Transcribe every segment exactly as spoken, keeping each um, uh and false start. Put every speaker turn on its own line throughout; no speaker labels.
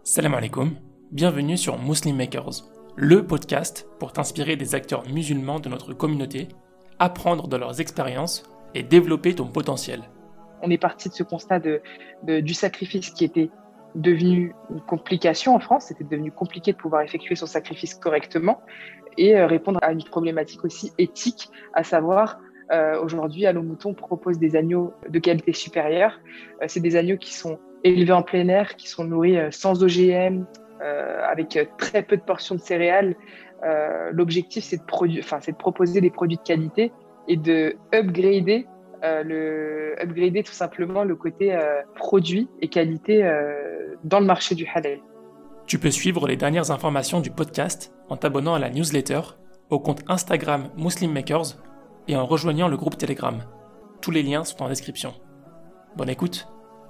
Salam alaikum, bienvenue sur Muslim Makers, le podcast pour t'inspirer des acteurs musulmans de notre communauté, apprendre de leurs expériences et développer ton potentiel.
On est parti de ce constat de, de, du sacrifice qui était devenu une complication en France, c'était devenu compliqué de pouvoir effectuer son sacrifice correctement et euh, répondre à une problématique aussi éthique, à savoir euh, aujourd'hui Allô Mouton propose des agneaux de qualité supérieure, euh, c'est des agneaux qui sont élevés en plein air, qui sont nourris euh, sans O G M, euh, avec euh, très peu de portions de céréales. Euh, l'objectif c'est de, produ- enfin, c'est de proposer des produits de qualité et de upgrader Euh, le upgrader tout simplement le côté euh, produit et qualité euh, dans le marché du halal.
Tu peux suivre les dernières informations du podcast en t'abonnant à la newsletter, au compte Instagram Muslim Makers et en rejoignant le groupe Telegram. Tous les liens sont en description. Bonne écoute.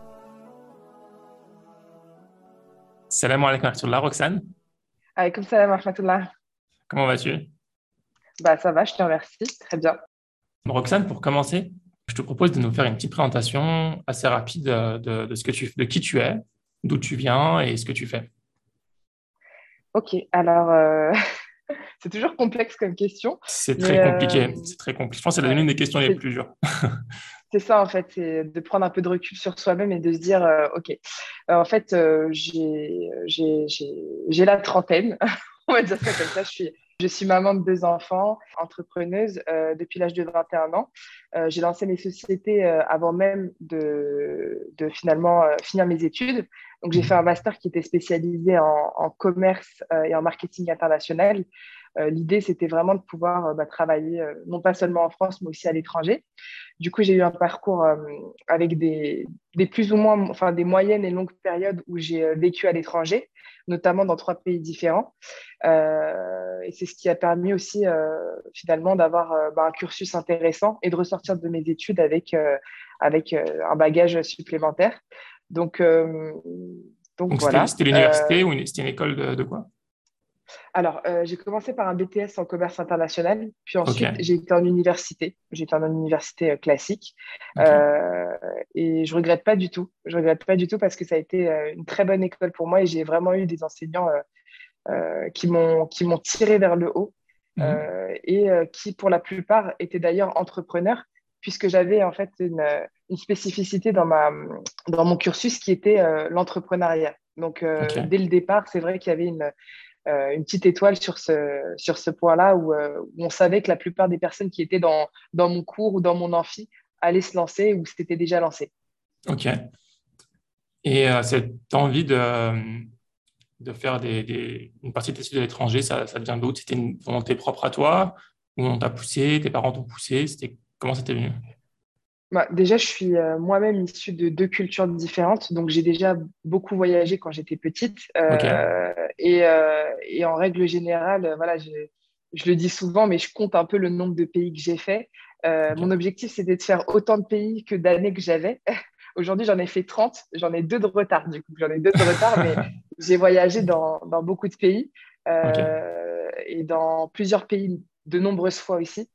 Salam alaikum wa rahmatullah, Roxane.
Alaykoum salam wa rahmatullah.
Comment vas-tu?
Bah ça va, je te remercie, très bien.
Roxane, pour commencer, je te propose de nous faire une petite présentation assez rapide de, de, ce que tu, de qui tu es, d'où tu viens et ce que tu fais.
Ok, alors euh, c'est toujours complexe comme question.
C'est
mais,
très compliqué,
euh,
c'est très compliqué. Je pense que c'est
ouais,
l'une des questions les
c'est,
plus dures.
c'est ça en fait, c'est de prendre un peu de recul sur soi-même et de se dire, euh, ok, euh, en fait, euh, j'ai, j'ai, j'ai, j'ai la trentaine, on va dire ça comme ça, je suis Je suis maman de deux enfants, entrepreneuse euh, depuis l'âge de vingt et un ans. Euh, j'ai lancé mes sociétés euh, avant même de, de finalement euh, finir mes études. Donc, j'ai fait un master qui était spécialisé en, en commerce euh, et en marketing international. Euh, l'idée, c'était vraiment de pouvoir euh, bah, travailler euh, non pas seulement en France, mais aussi à l'étranger. Du coup, j'ai eu un parcours euh, avec des, des plus ou moins, enfin des moyennes et longues périodes où j'ai euh, vécu à l'étranger, notamment dans trois pays différents. Euh, et c'est ce qui a permis aussi euh, finalement d'avoir euh, bah, un cursus intéressant et de ressortir de mes études avec, euh, avec euh, un bagage supplémentaire. Donc, euh, donc
Donc, c'était,
voilà.
c'était
Euh,
l'université ou une- c'était une école de, de quoi?
alors, euh, j'ai commencé par un B T S en commerce international, puis
Ok,
ensuite j'ai été en université. J'ai été en université euh, classique
ok.
euh, et je regrette pas du tout. Je regrette pas du tout parce que ça a été euh, une très bonne école pour moi et j'ai vraiment eu des enseignants euh, euh, qui m'ont qui m'ont tiré vers le haut
Mhm.
euh, et euh, qui pour la plupart étaient d'ailleurs entrepreneurs puisque j'avais en fait une, une spécificité dans ma dans mon cursus qui était euh, l'entrepreneuriat. Donc euh,
Ok,
dès le départ, c'est vrai qu'il y avait une euh, une petite étoile sur ce, sur ce point-là où, euh, où on savait que la plupart des personnes qui étaient dans, dans mon cours ou dans mon amphi allaient se lancer ou s'étaient déjà lancées.
ok. Et euh, cette envie de, de faire des, des- une partie de tes études à l'étranger, ça, ça vient d'où? C'était une volonté propre à toi? Ou on t'a poussé? Tes parents t'ont poussé? C'était, comment ça t'est venu?
Bah, déjà, je suis euh, moi-même issue de deux cultures différentes, donc j'ai déjà beaucoup voyagé quand j'étais petite.
Ok,
Euh, et, euh, et en règle générale, euh, voilà, je, je le dis souvent, mais je compte un peu le nombre de pays que j'ai fait. Euh,
ok.
mon objectif, c'était de faire autant de pays que d'années que j'avais. Aujourd'hui, j'en ai fait trente, j'en ai deux de retard, du coup, j'en ai deux de retard, mais j'ai voyagé dans, dans beaucoup de pays
Ok.
euh, et dans plusieurs pays de nombreuses fois aussi.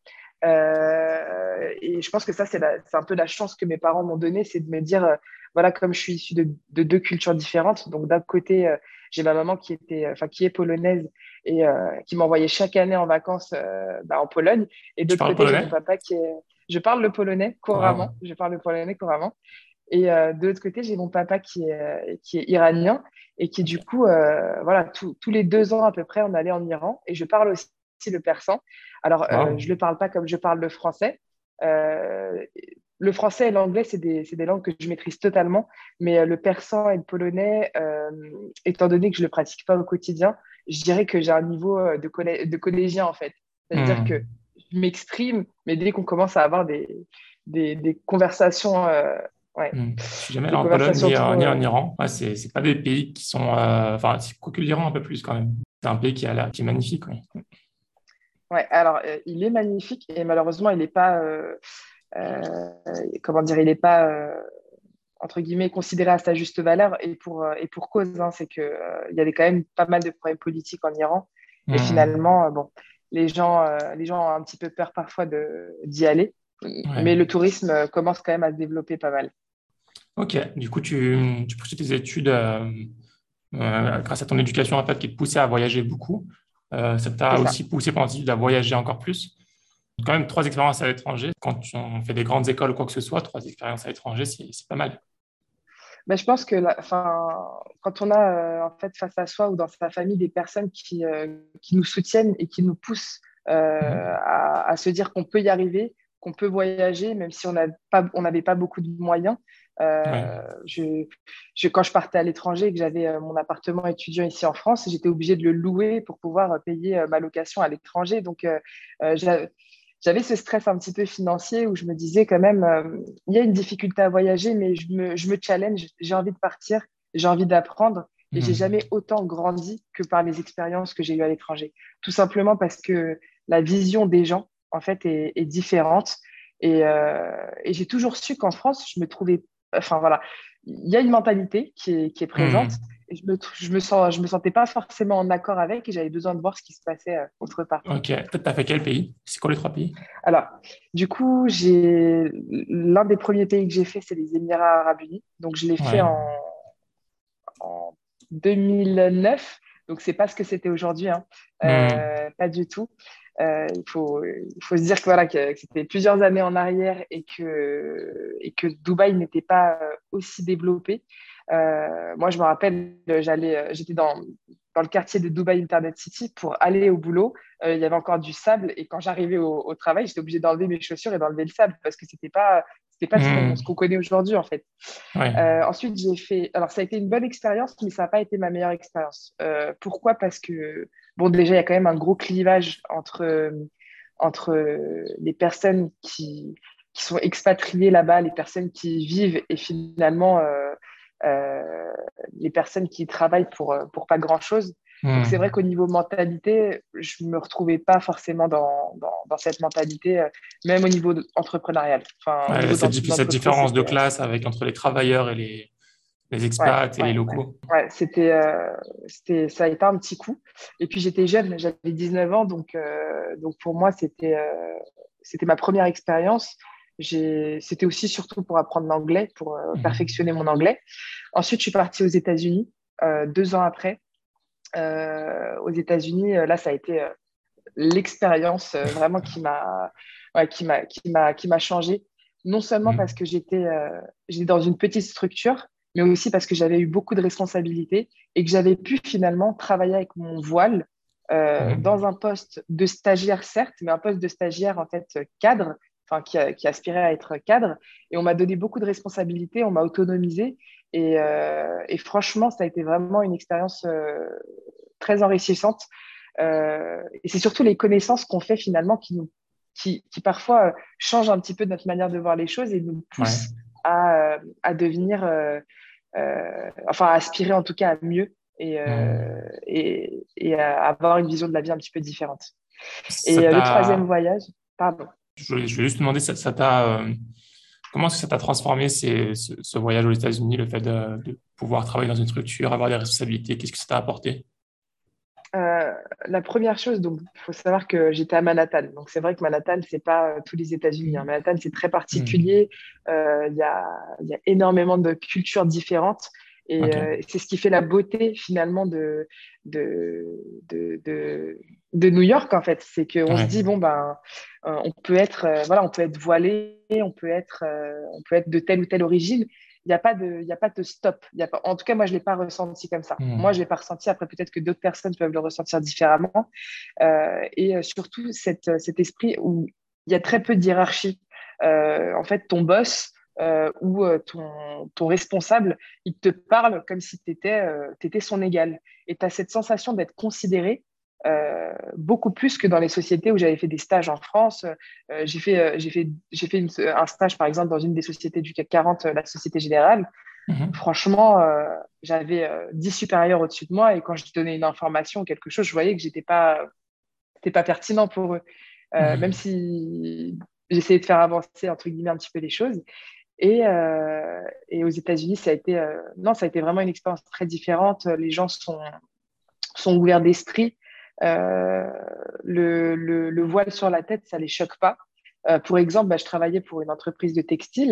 Euh, et je pense que ça, c'est la- c'est un peu la chance que mes parents m'ont donnée, c'est de me dire, euh, voilà, comme je suis issue de, de deux cultures différentes, donc d'un côté, euh, j'ai ma maman qui était, enfin, qui est polonaise et euh, qui m'envoyait chaque année en vacances euh, bah, en Pologne, et de
Tu
l'autre
parles
côté, j'ai mon
polonais?
papa qui est, je parle le polonais couramment,
Waouh.
je parle le polonais couramment, et euh, de l'autre côté, j'ai mon papa qui est, euh, qui est iranien et qui,
Ok.
du coup, euh, voilà, tout- tous les deux ans à peu près, on allait en Iran. Et je parle aussi le persan. Alors, euh, je
Waouh.
ne le parle pas comme je parle le français. Euh, le français et l'anglais, c'est des, c'est des langues que je maîtrise totalement. Mais euh, le persan et le polonais, euh, étant donné que je ne le pratique pas au quotidien, je dirais que j'ai un niveau euh, de, collé- de collégien, en fait. C'est-à-dire que
Hmm.
je m'exprime, mais dès qu'on commence à avoir des, des, des conversations, euh, ouais,
Hmm. Je suis jamais allé
des
en Pologne
conversations
ni, euh,
trop.
ni en
euh,
Iran. Ouais, c'est, c'est pas des pays qui sont, euh, enfin, c'est- quoique l'Iran un peu plus quand même. C'est un pays qui a l'air, qui est magnifique, oui.
Ouais, alors euh, il est magnifique et malheureusement il n'est pas, euh, euh, comment dire, il n'est pas euh, entre guillemets considéré à sa juste valeur et pour euh, et pour cause, hein, c'est que euh, il y avait quand même pas mal de problèmes politiques en Iran et
Hmm.
finalement euh, bon, les gens euh, les gens ont un petit peu peur parfois de d'y aller,
Ouais.
mais le tourisme euh, commence quand même à se développer pas mal.
Ok. Du coup, tu, tu poursuis tes études. euh, euh, grâce à ton éducation en fait, qui te poussait à voyager beaucoup. Euh, ça
C'est
t'a
ça.
aussi poussé pendant tes études à voyager encore plus. Quand même, trois expériences à l'étranger. Quand tu- on fait des grandes écoles ou quoi que ce soit, trois expériences à l'étranger, c'est c'est pas mal.
Mais je pense que la, enfin, quand on a euh, en fait face à soi ou dans sa famille des personnes qui, euh, qui nous soutiennent et qui nous poussent euh,
Mhm.
à, à se dire qu'on peut y arriver, qu'on peut voyager, même si on n'a pas, on n'avait pas beaucoup de moyens.
Ouais.
Euh, je, je, quand je partais à l'étranger et que j'avais euh, mon appartement étudiant ici en France, j'étais obligée de le louer pour pouvoir euh, payer euh, ma location à l'étranger. Donc, euh, euh, j'a- j'avais ce stress un petit peu financier où je me disais quand même, euh, il y a une difficulté à voyager, mais je me, je me challenge, j'ai envie de partir, j'ai envie d'apprendre et j'ai
Mhm.
jamais autant grandi que par les expériences que j'ai eues à l'étranger. Tout simplement parce que la vision des gens, en fait, est, est différente. Et, euh, et j'ai toujours su qu'en France, je me trouvais, enfin voilà, il y a une mentalité qui est, qui est présente.
Mhm.
Et je me, je me sens, je me sentais pas forcément en accord avec et j'avais besoin de voir ce qui se passait euh, autre part.
Ok. Peut-être t'as fait quel pays? C'est quoi les trois pays?
Alors, du coup, j'ai l'un des premiers pays que j'ai fait, c'est les Émirats Arabes Unis. Donc, je l'ai fait
Ouais.
en, en deux mille neuf. Donc, c'est pas ce que c'était aujourd'hui, hein.
Mhm.
Euh, pas du tout. Euh, il faut, il faut se dire que voilà que, que c'était plusieurs années en arrière et que et que Dubaï n'était pas euh, aussi développé. Euh, moi, je me rappelle, j'allais, euh, j'étais dans dans le quartier de Dubaï Internet City pour aller au boulot. Euh, il y avait encore du sable et quand j'arrivais au, au travail, j'étais obligée d'enlever mes chaussures et d'enlever le sable parce que c'était pas c'était pas ce qu'on ce qu'on
Mhm.
connaît aujourd'hui en fait.
Ouais.
Euh, ensuite, j'ai fait. Alors, ça a été une bonne expérience, mais ça n'a pas été ma meilleure expérience. Euh, pourquoi? Parce que, bon, déjà, il y a quand même un gros clivage entre, entre les personnes qui, qui sont expatriées là-bas, les personnes qui vivent et finalement euh, euh, les personnes qui travaillent pour, pour pas grand-chose. Donc, c'est vrai
Mhm.
qu'au niveau mentalité, je ne me retrouvais pas forcément dans, dans, dans cette mentalité, euh, même au niveau de- entrepreneurial. Enfin, au
Ouais,
niveau
cette,
d'en-
dif- cette
d'entreprise,
différence de
c'était.
classe avec entre les travailleurs et les, les
Ouais,
expats et les
ouais, ouais.
locaux.
Ouais, c'était, euh, c'était, ça a été un petit coup. Et puis j'étais jeune, j'avais dix-neuf ans, donc, euh, donc pour moi, c'était, euh, c'était ma première expérience. J'ai, c'était aussi surtout pour apprendre l'anglais, pour euh,
Mhm.
perfectionner mon anglais. Ensuite, je suis partie aux États-Unis, euh, deux ans après. Euh, aux États-Unis, euh, là, ça a été euh, l'expérience euh, vraiment qui m'a, ouais, qui m'a, qui m'a, qui m'a changé. Non seulement parce
Mhm.
que j'étais, euh, j'étais dans une petite structure, mais aussi parce que j'avais eu beaucoup de responsabilités et que j'avais pu finalement travailler avec mon voile euh, dans
Mhm.
un poste de stagiaire, certes, mais un poste de stagiaire en fait cadre, enfin qui, a- qui aspirait à être cadre. Et on m'a donné beaucoup de responsabilités, on m'a autonomisé. Et, euh, et franchement, ça a été vraiment une expérience euh, très enrichissante. Euh, et c'est surtout les connaissances qu'on fait finalement qui nous, qui, qui parfois euh, changent un petit peu notre manière de voir les choses et nous
Ouais.
poussent à, euh, à devenir, euh, euh, enfin, à aspirer en tout cas à mieux et, euh,
Mhm.
et, et à avoir une vision de la vie un petit peu différente.
Ça
Et euh, le troisième
t'a,
voyage, pardon.
je voulais, je voulais juste te demander, ça, ça t'a, euh, comment est-ce que ça t'a transformé ces- ce, ce voyage aux États-Unis, le fait de, de pouvoir travailler dans une structure, avoir des responsabilités, qu'est-ce que ça t'a apporté?
Euh, la première chose, donc, il faut savoir que j'étais à Manhattan. Donc, c'est vrai que Manhattan, c'est pas euh, tous les États-Unis, hein. Manhattan, c'est très
Mhm.
particulier. Euh, Il y a, il y a énormément de cultures différentes. Et
Ok.
euh, c'est ce qui fait la beauté, finalement, de, de, de, de, de New York, en fait. C'est qu'on se
Ouais.
dit, bon, ben, euh, on peut être, euh, voilà, on peut être voilé, on peut être, euh, on peut être de telle ou telle origine. Il n'y a pas de, il y a pas de stop. Il y a pas, en tout cas, moi, je ne l'ai pas ressenti comme ça. Moi, je ne
Mhm.
l'ai pas ressenti. Après, peut-être que d'autres personnes peuvent le ressentir différemment. Euh, et euh, surtout, cette, cet esprit où il y a très peu de hiérarchie. Euh, en fait, ton boss euh, ou euh, ton, ton responsable, il te parle comme si tu étais, euh, t'étais son égal. Et tu as cette sensation d'être considéré euh, beaucoup plus que dans les sociétés où j'avais fait des stages en France. Euh, j'ai fait, euh, j'ai fait, j'ai fait une- un stage, par exemple, dans une des sociétés du CAC quarante, euh, la Société Générale.
Mhm.
Franchement, euh, j'avais euh, dix supérieurs au-dessus de moi et quand je donnais une information ou quelque chose, je voyais que j'étais pas, c'était pas pertinent pour eux. Euh, même
Mhm.
si j'essayais de faire avancer, entre guillemets, un petit peu les choses. Et, euh, et aux États-Unis, ça a été, euh, non, ça a été vraiment une expérience très différente. Les gens sont, sont ouverts d'esprit. Euh, le, le, le voile sur la tête, ça les choque pas. Euh, pour exemple, bah, je travaillais pour une entreprise de textile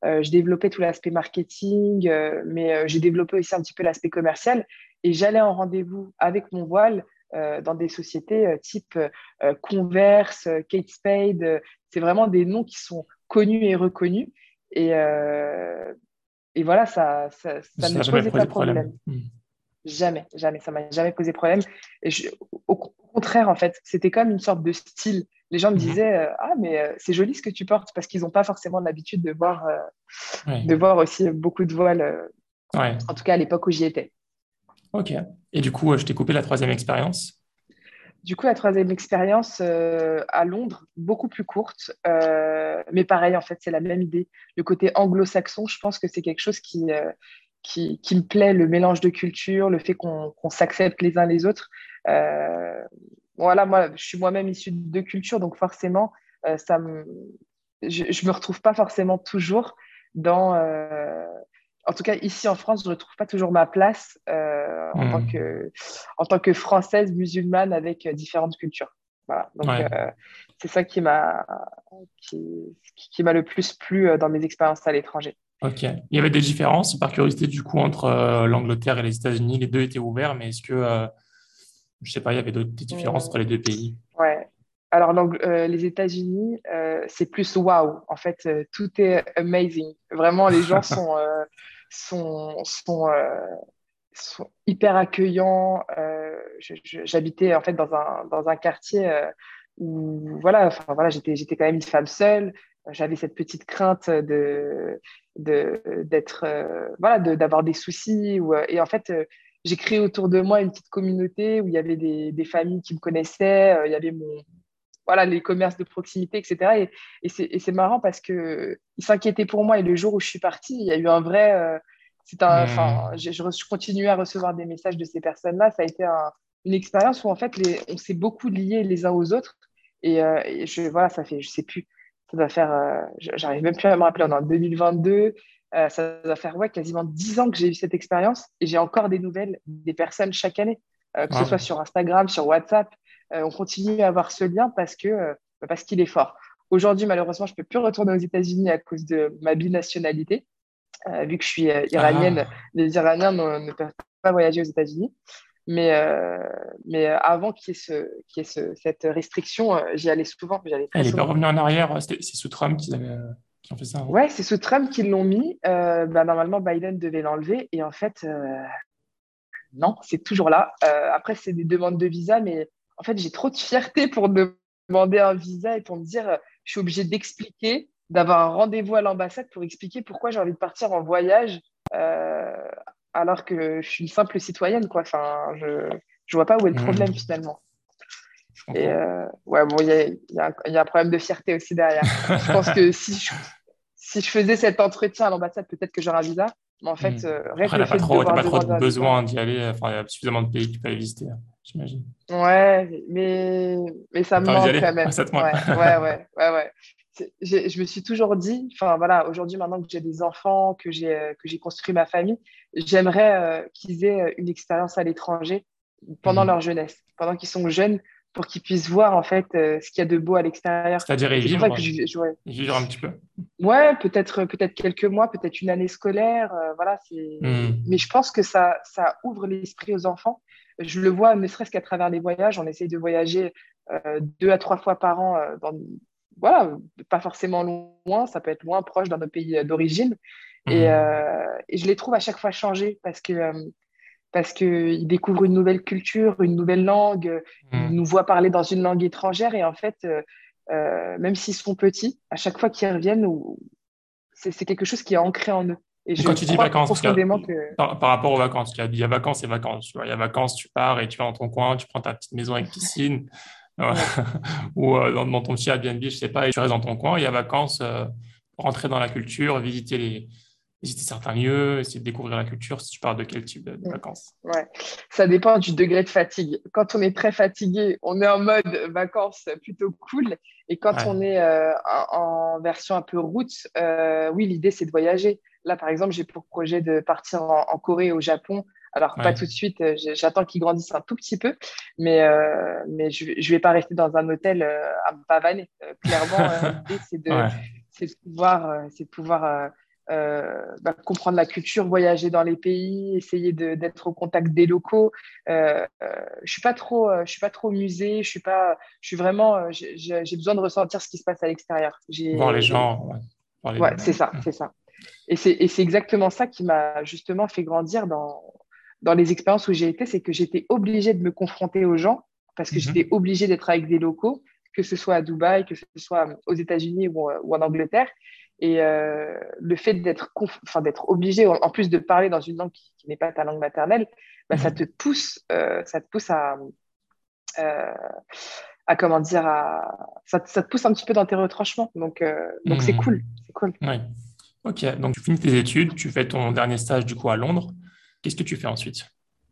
Euh, je développais tout l'aspect marketing, euh, mais euh, j'ai développé aussi un petit peu l'aspect commercial. Et j'allais en rendez-vous avec mon voile euh, dans des sociétés euh, type euh, Converse, euh, Kate Spade. Euh, c'est vraiment des noms qui sont connus et reconnus. Et, euh, et voilà, ça, ça, ça ne
Ça
me
n'a jamais
posait pas
posé
de
problème.
problème.
Hmm.
Jamais, jamais, ça m'a jamais posé problème. Et je- au contraire, en fait, c'était comme une sorte de style. Les gens me
Mhm.
disaient, euh, ah, mais euh, c'est joli ce que tu portes, parce qu'ils n'ont pas forcément l'habitude de voir, euh,
Ouais.
de voir aussi beaucoup de voiles, euh,
Ouais.
en tout cas à l'époque où j'y étais.
Ok. Et du coup, euh, je t'ai coupé la troisième expérience.
Du coup, la troisième expérience euh, à Londres, beaucoup plus courte, euh, mais pareil, en fait, c'est la même idée. Le côté anglo-saxon, je pense que c'est quelque chose qui, euh, qui, qui me plaît, le mélange de cultures, le fait qu'on qu'on s'accepte les uns les autres. Euh, voilà, moi, je suis moi-même issue de deux cultures, donc forcément, euh, ça me, je, je me retrouve pas forcément toujours dans, euh, en tout cas ici en France, je ne retrouve pas toujours ma place euh, en tant
Hmm.
que, en tant que Française musulmane avec euh, différentes cultures. Voilà, donc
Ouais.
euh, c'est ça qui m'a qui, qui m'a le plus plu euh, dans mes expériences à l'étranger.
Ok. Il y avait des différences, par curiosité, du coup, entre euh, l'Angleterre et les États-Unis. Les deux étaient ouverts, mais est-ce que, euh, je sais pas, il y avait d'autres- des différences
Hum,
entre les deux pays?
ouais. Alors, l'Ang- euh, les États-Unis, euh, c'est plus waouh. En fait, euh, tout est amazing. Vraiment, les gens sont, euh, sont, sont, euh, sont hyper accueillants. Euh, je- je- j'habitais en fait dans un, dans un quartier euh, où voilà, enfin, voilà, j'étais, j'étais quand même une femme seule. J'avais cette petite crainte de, de, d'être, euh, voilà, de, d'avoir des soucis. Ou, euh, et en fait, euh, j'ai créé autour de moi une petite communauté où il y avait des, des familles qui me connaissaient. Euh, il y avait mon, voilà, les commerces de proximité, et cetera. Et, et c'est et c'est marrant parce que ils s'inquiétaient pour moi. Et le jour où je suis partie, il y a eu un vrai. Euh, c'est un, enfin,
Hmm.
j'ai- je, re- je continuais à recevoir des messages de ces personnes-là. Ça a été un- une expérience où en fait, les, on s'est beaucoup liés les uns aux autres. Et, euh, et je, voilà, ça fait, je sais plus, ça doit faire, euh, je- j'arrive même plus à me rappeler, on est en deux mille vingt-deux. Euh, ça doit faire ouais, quasiment dix ans que j'ai eu cette expérience et j'ai encore des nouvelles des personnes chaque année, euh, que ce soit
Wow.
sur Instagram, sur WhatsApp. Euh, on continue à avoir ce lien parce que euh, parce qu'il est fort. Aujourd'hui, malheureusement, je ne peux plus retourner aux États-Unis à cause de ma binationalité. Euh, vu que je suis euh, iranienne,
Ah,
les Iraniens ne, ne peuvent pas voyager aux États-Unis. Mais, euh, mais euh, avant qu'il y ait, ce, qu'il y ait ce- cette restriction, euh, j'y allais souvent, j'y allais très
elle n'est pas
souvent.
revenue en arrière. C'était- C'est sous Trump qu'ils avaient, euh, qui ont fait ça, hein.
Ouais, c'est sous Trump qu'ils l'ont mis. Euh, bah, normalement, Biden devait l'enlever. Et en fait, euh, non, c'est toujours là. Euh, après, c'est des demandes de visa, mais en fait, j'ai trop de fierté pour de- demander un visa et pour me dire, euh, je suis obligée d'expliquer, d'avoir un rendez-vous à l'ambassade pour expliquer pourquoi j'ai envie de partir en voyage, euh, alors que je suis une simple citoyenne, quoi. Enfin, je je vois pas où est le problème
Hmm.
finalement.
Je
Et
comprends.
euh, ouais, bon, il y a, il y a un il y a un problème de fierté aussi derrière. Je pense que si je, si je faisais cet entretien à l'ambassade, peut-être que j'aurais un visa. Mais en
Hmm.
fait, euh, rien que
Après,
le
t'as pas
fait de
trop, t'as
devoir
pas trop de
demander un visa.
besoin d'y aller. Enfin, il y a suffisamment de pays que tu peux aller visiter, hein, j'imagine.
Ouais, mais, mais ça
T'as
me
pas envie d'y
manque quand
aller? Ah,
même.
ça te manque.
Ouais, ouais, ouais, ouais, ouais. C'est- j'ai- Je me suis toujours dit, enfin voilà, aujourd'hui, maintenant que j'ai des enfants, que j'ai euh, que j'ai construit ma famille, j'aimerais euh, qu'ils aient euh, une expérience à l'étranger pendant
Hmm.
leur jeunesse, pendant qu'ils sont jeunes, pour qu'ils puissent voir en fait euh, ce qu'il y a de beau à l'extérieur.
C'est-à-dire y
Et c'est pour ça que
vivre,
je, je- ouais,
y vivre un petit peu.
ouais, peut-être peut-être quelques mois, peut-être une année scolaire, euh, voilà. C'est, mais
Hmm.
je pense que ça ça ouvre l'esprit aux enfants. Je le vois, ne serait-ce qu'à travers les voyages. On essaye de voyager euh, deux à trois fois par an, euh, dans, voilà, pas forcément loin, ça peut être loin, proche dans nos pays euh, d'origine. Et,
Hmm.
euh, et je les trouve à chaque fois changés parce que euh, parce qu'ils découvrent une nouvelle culture, une nouvelle langue, euh, ils
Hmm.
nous voient parler dans une langue étrangère et en fait, euh, euh, même s'ils sont petits, à chaque fois qu'ils reviennent, ou- c'est c'est quelque chose qui est ancré en eux. Et
Mais
je
quand tu dis
crois
vacances, parce qu'il y a-
profondément que
par, par rapport aux vacances, il y a, il y a vacances et vacances. Tu vois, il y a vacances, tu pars et tu vas dans ton coin, tu prends ta petite maison avec piscine, euh,
ouais.
ou euh, dans, dans ton petit Airbnb, je sais pas, et tu restes dans ton coin. Il y a vacances, euh, rentrer dans la culture, visiter les, visiter certains lieux, essayer de découvrir la culture. Si tu pars de quel type de, de
Mm.
vacances?
Ouais, ça dépend du degré de fatigue. Quand on est très fatigué, on est en mode vacances plutôt cool. Et quand
Ouais,
on est euh, en, en version un peu route, euh, oui, l'idée, c'est de voyager. Là, par exemple, j'ai pour projet de partir en, en Corée et au Japon. Alors, pas tout
ouais,
de suite, euh, j'ai- j'attends qu'ils grandissent un tout petit peu, mais, euh, mais je ne vais pas rester dans un hôtel euh, à me pavaner. Euh, clairement, euh, l'idée, c'est de,
ouais.
c'est de pouvoir, euh, c'est de pouvoir euh, euh, bah, comprendre la culture, voyager dans les pays, essayer de, d'être au contact des locaux. Euh, euh, je suis pas trop, euh, je suis pas trop musée. Je suis pas, je suis vraiment, euh, j'ai, j'ai j'ai besoin de ressentir ce qui se passe à l'extérieur.
Voir les
J'ai,
gens, ouais. Voir les...
ouais, c'est ça, c'est ça. Et c'est, et c'est exactement ça qui m'a justement fait grandir dans, dans les expériences où j'ai été, c'est que j'étais obligée de me confronter aux gens parce que j'étais
Mhm.
obligée d'être avec des locaux, que ce soit à Dubaï, que ce soit aux États-Unis ou, ou en Angleterre. Et euh, le fait d'être conf- enfin, d'être obligé, en en plus de parler dans une langue qui, qui n'est pas ta langue maternelle, bah, ça te
Mhm.
pousse, euh, ça te pousse à, euh, à comment dire, à, ça, ça te pousse un petit peu dans tes retranchements. Donc, euh, donc c'est cool,
Mhm.
c'est cool.
Ouais. Ok, donc tu finis tes études, tu fais ton dernier stage du coup à Londres. Qu'est-ce que tu fais ensuite?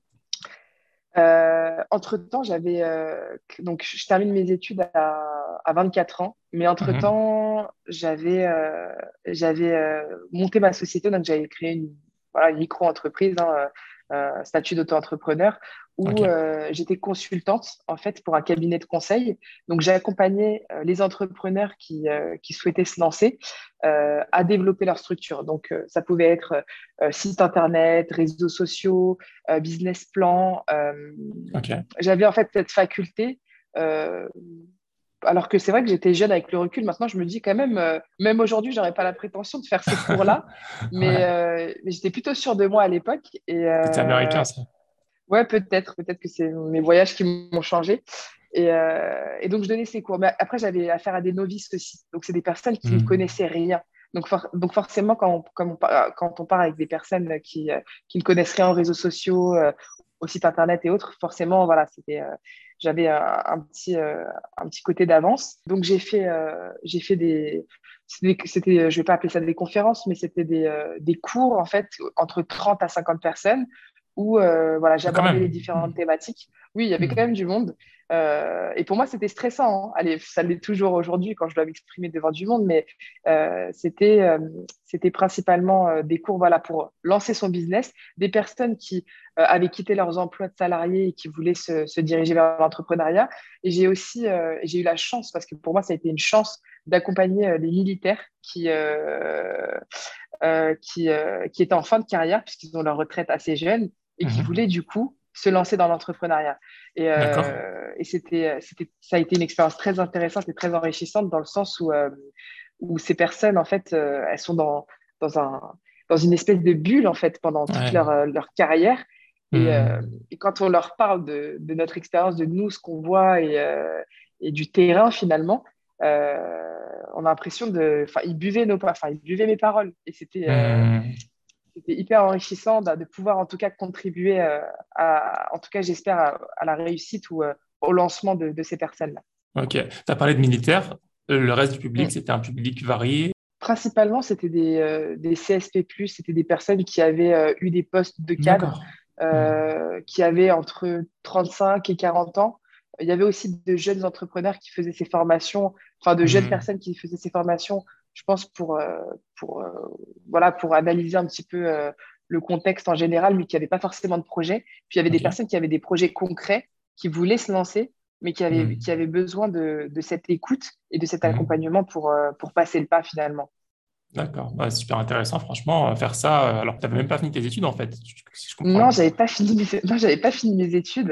Euh, entre-temps, j'avais euh, donc je termine mes études à, à vingt-quatre ans, mais
Mhm.
entre-temps, j'avais euh, j'avais euh, monté ma société, donc j'avais créé une voilà une micro-entreprise, hein, euh, euh, statut d'auto-entrepreneur,
Ok.
où euh, j'étais consultante en fait pour un cabinet de conseil. Donc j'ai accompagné euh, les entrepreneurs qui euh, qui souhaitaient se lancer euh, à développer leur structure. Donc euh, ça pouvait être euh, site internet, réseaux sociaux, euh, business plan. Euh,
Ok.
j'avais en fait cette faculté, euh, alors que c'est vrai que j'étais jeune avec le recul. Maintenant, je me dis quand même, euh, même aujourd'hui, j'aurais pas la prétention de faire ces cours-là, mais,
Ouais.
euh, mais j'étais plutôt sûre de moi à l'époque. Et
C'était
euh,
américain, ça.
ouais, peut-être, peut-être que c'est mes voyages qui m'ont changé. Et, euh, et donc, je donnais ces cours. Mais après, j'avais affaire à des novices aussi. Donc, c'est des personnes qui ne
Mhm.
connaissaient rien. Donc, for- donc forcément, quand on, comme on par- quand on part avec des personnes qui, euh, qui ne connaissent rien aux réseaux sociaux, euh, au site internet et autres, forcément, voilà, c'était, euh, j'avais un, un petit, euh, un petit côté d'avance. Donc, j'ai fait, euh, j'ai fait des, c'était, c'était- je vais pas appeler ça des conférences, mais c'était des, euh, des cours, en fait, entre trente à cinquante personnes où euh, voilà,
Ah, quand
j'abordais les
même.
différentes thématiques. Oui, il y avait quand
Mhm.
même du monde. Euh, et pour moi, c'était stressant, hein. Allez, ça l'est toujours aujourd'hui quand je dois m'exprimer devant du monde, mais euh, c'était, euh, c'était principalement euh, des cours voilà, pour lancer son business, des personnes qui euh, avaient quitté leurs emplois de salariés et qui voulaient se, se diriger vers l'entrepreneuriat. Et j'ai aussi euh, j'ai eu la chance, parce que pour moi, ça a été une chance d'accompagner euh, les militaires qui, euh, euh, qui, euh, qui étaient en fin de carrière, puisqu'ils ont leur retraite assez jeune, et qui voulaient
Mhm.
du coup se lancer dans l'entrepreneuriat. Et,
D'accord.
euh, et c'était, c'était, ça a été une expérience très intéressante et très enrichissante dans le sens où, euh, où ces personnes, en fait, euh, elles sont dans, dans, un, dans une espèce de bulle, en fait, pendant toute
Ouais.
leur, euh, leur carrière. Et, euh,
Mhm.
et quand on leur parle de, de notre expérience, de nous, ce qu'on voit et, euh, et du terrain, finalement, euh, on a l'impression de. Enfin, ils buvaient nos, pa- enfin, ils buvaient mes paroles. Et c'était, euh,
Mhm.
c'était hyper enrichissant de, de pouvoir en tout cas contribuer euh, à, en tout cas j'espère, à, à la réussite ou euh, au lancement de, de ces personnes-là.
Ok. Tu as parlé de militaires. Euh, Le reste du public,
Mm.
c'était un public varié.
Principalement, c'était des, euh, des C S P plus, c'était des personnes qui avaient euh, eu des postes de cadre,
D'accord. Mhm.
euh, qui avaient entre trente-cinq et quarante ans. Il y avait aussi de jeunes entrepreneurs qui faisaient ces formations, enfin de jeunes
Mhm.
personnes qui faisaient ces formations, je pense, pour, euh, pour, euh, voilà, pour analyser un petit peu euh, le contexte en général, mais qui n'avaient pas forcément de projet. Puis il y avait des
Ok.
personnes qui avaient des projets concrets, qui voulaient se lancer, mais qui avaient, qui
Mhm.
avaient besoin de, de cette écoute et de cet
Mhm.
accompagnement pour, euh, pour passer le pas finalement.
D'accord. Bah, super intéressant, franchement, euh, faire ça, euh, alors que tu n'avais même pas fini tes études, en fait, si je comprends
Non,
bien.
j'avais pas fini mes, non, j'avais pas fini mes études,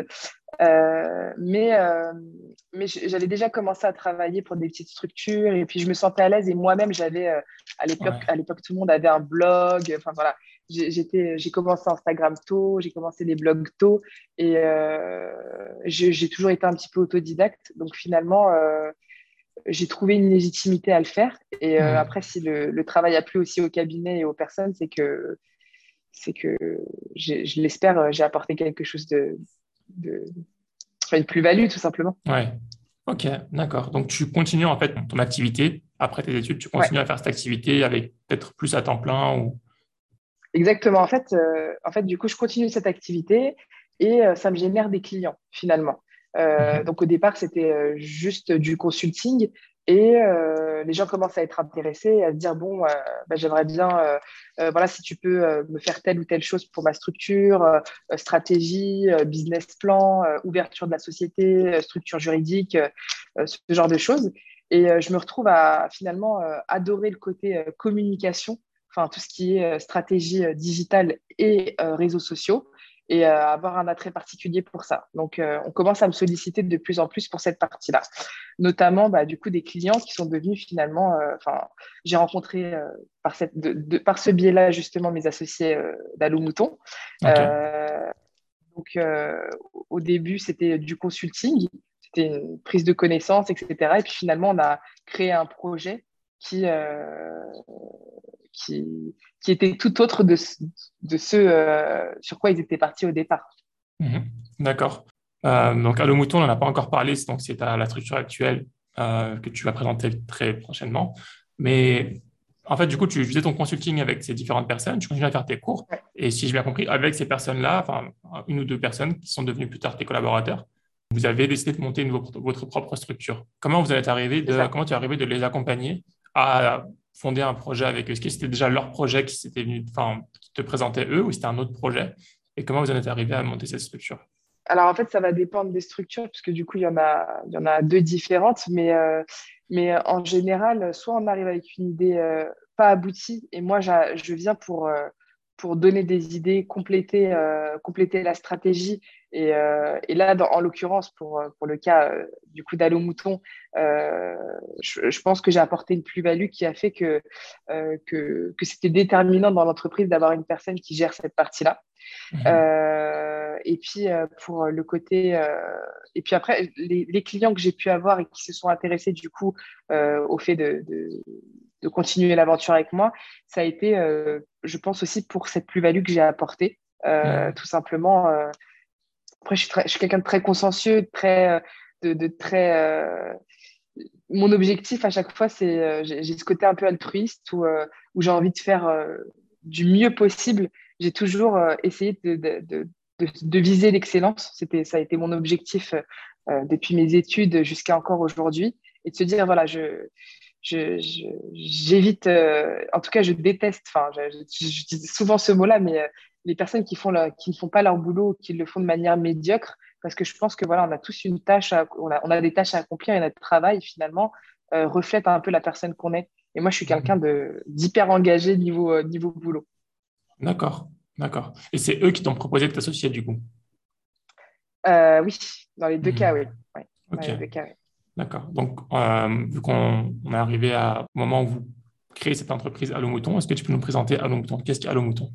euh, mais, euh, mais j- j'avais déjà commencé à travailler pour des petites structures et puis je me sentais à l'aise et moi-même j'avais euh, à l'époque,
Ouais.
à l'époque tout le monde avait un blog. Enfin voilà, j'ai, j'étais, j'ai commencé Instagram tôt, j'ai commencé des blogs tôt et euh, j'ai, j'ai toujours été un petit peu autodidacte. Donc finalement, euh, j'ai trouvé une légitimité à le faire. Et euh,
Mhm.
après, si le, le travail a plu aussi au cabinet et aux personnes, c'est que c'est que j'ai- je l'espère, euh, j'ai apporté quelque chose de, de enfin, une plus-value tout simplement.
Ouais. Ok, d'accord. Donc, tu continues, en fait, ton activité. Après tes études, tu
Ouais,
continues à faire cette activité avec peut-être plus à temps plein ou...
exactement. En fait, euh, en fait, du coup, je continue cette activité et euh, ça me génère des clients finalement. Euh,
Mhm.
donc au départ, c'était euh, juste du consulting et euh, les gens commencent à être intéressés, à se dire bon, euh, bah, j'aimerais bien, euh, euh, voilà, si tu peux euh, me faire telle ou telle chose pour ma structure, euh, euh, stratégie, euh, business plan, euh, ouverture de la société, euh, structure juridique, euh, euh, ce genre de choses. Et euh, je me retrouve à finalement euh, adorer le côté euh, communication, enfin tout ce qui est stratégie digitale et euh, réseaux sociaux et euh, avoir un attrait particulier pour ça. Donc, euh, on commence à me solliciter de plus en plus pour cette partie-là, notamment bah, du coup des clients qui sont devenus finalement, enfin, euh, j'ai rencontré euh, par, cette, de, de, par ce biais-là justement mes associés euh, d'Allo Mouton.
Ok.
Euh, donc, euh, au début, c'était du consulting, c'était une prise de connaissances, et cetera. Et puis finalement, on a créé un projet qui, euh, qui, qui était tout autre de, ce- de ce euh, sur quoi ils étaient partis au départ.
Mhm. D'accord. Euh, donc, Allo Mouton, on n'en a pas encore parlé, c'est- donc c'est à la structure actuelle euh, que tu vas présenter très prochainement. Mais en fait, du coup, tu faisais ton consulting avec ces différentes personnes, tu continues à faire tes cours,
Ouais,
et si j'ai bien compris, avec ces personnes-là, enfin, une ou deux personnes qui sont devenues plus tard tes collaborateurs, vous avez décidé de monter une- votre, votre propre structure. Comment vous êtes arrivé
c'est
de,
ça.
comment tu es arrivé de les accompagner à fonder un projet avec eux? Est-ce que c'était déjà leur projet qui s'était venu, enfin, qui te présentait eux, ou c'était un autre projet? Et comment vous en êtes arrivé à monter cette structure?
Alors en fait, ça va dépendre des structures, puisque du coup, il y en a, il y en a deux différentes, mais, euh, mais en général, soit on arrive avec une idée euh, pas aboutie, et moi, j'a- je viens pour, euh, pour donner des idées, compléter, euh, compléter la stratégie. Et, euh, et là, dans- en l'occurrence, pour, euh, pour le cas euh, du coup d'Allo Mouton, euh, je, je pense que j'ai apporté une plus-value qui a fait que, euh, que, que c'était déterminant dans l'entreprise d'avoir une personne qui gère cette partie-là.
Mhm.
Euh, et puis euh, pour le côté, euh, et puis après les, les clients que j'ai pu avoir et qui se sont intéressés du coup euh, au fait de, de, de continuer l'aventure avec moi, ça a été, euh, je pense aussi pour cette plus-value que j'ai apportée, euh,
Mhm.
tout simplement. Euh, après, je suis, très- je suis quelqu'un de très consciencieux, de très, euh, de, de très. Euh, mon objectif à chaque fois, c'est, euh, j'ai j'ai ce côté un peu altruiste où, euh, où j'ai envie de faire euh, du mieux possible. J'ai toujours euh, essayé de, de, de, de, de viser l'excellence. C'était, ça a été mon objectif euh, depuis mes études jusqu'à encore aujourd'hui. Et de se dire, voilà, je, je, je- j'évite, euh, en tout cas, je déteste, enfin, je, je- je dis souvent ce mot-là, mais euh, les personnes qui font le- qui ne font pas leur boulot, qui le font de manière médiocre, parce que je pense que voilà, on a tous une tâche, à- on a, on a des tâches à accomplir et notre travail finalement euh, reflète un peu la personne qu'on est. Et moi, je suis quelqu'un
Mhm.
de d'hyper engagé niveau euh, niveau boulot.
D'accord, d'accord. Et c'est eux qui t'ont proposé de t'associer du coup.
Euh, oui, dans les deux cas, oui.
Mhm.
Ouais, dans
Ok,
les deux cas, oui.
d'accord. Donc, euh, vu qu'on on est arrivé à- au moment où vous créez cette entreprise Allo Mouton, est-ce que tu peux nous présenter Allo Mouton? Qu'est-ce qu'Allo Mouton?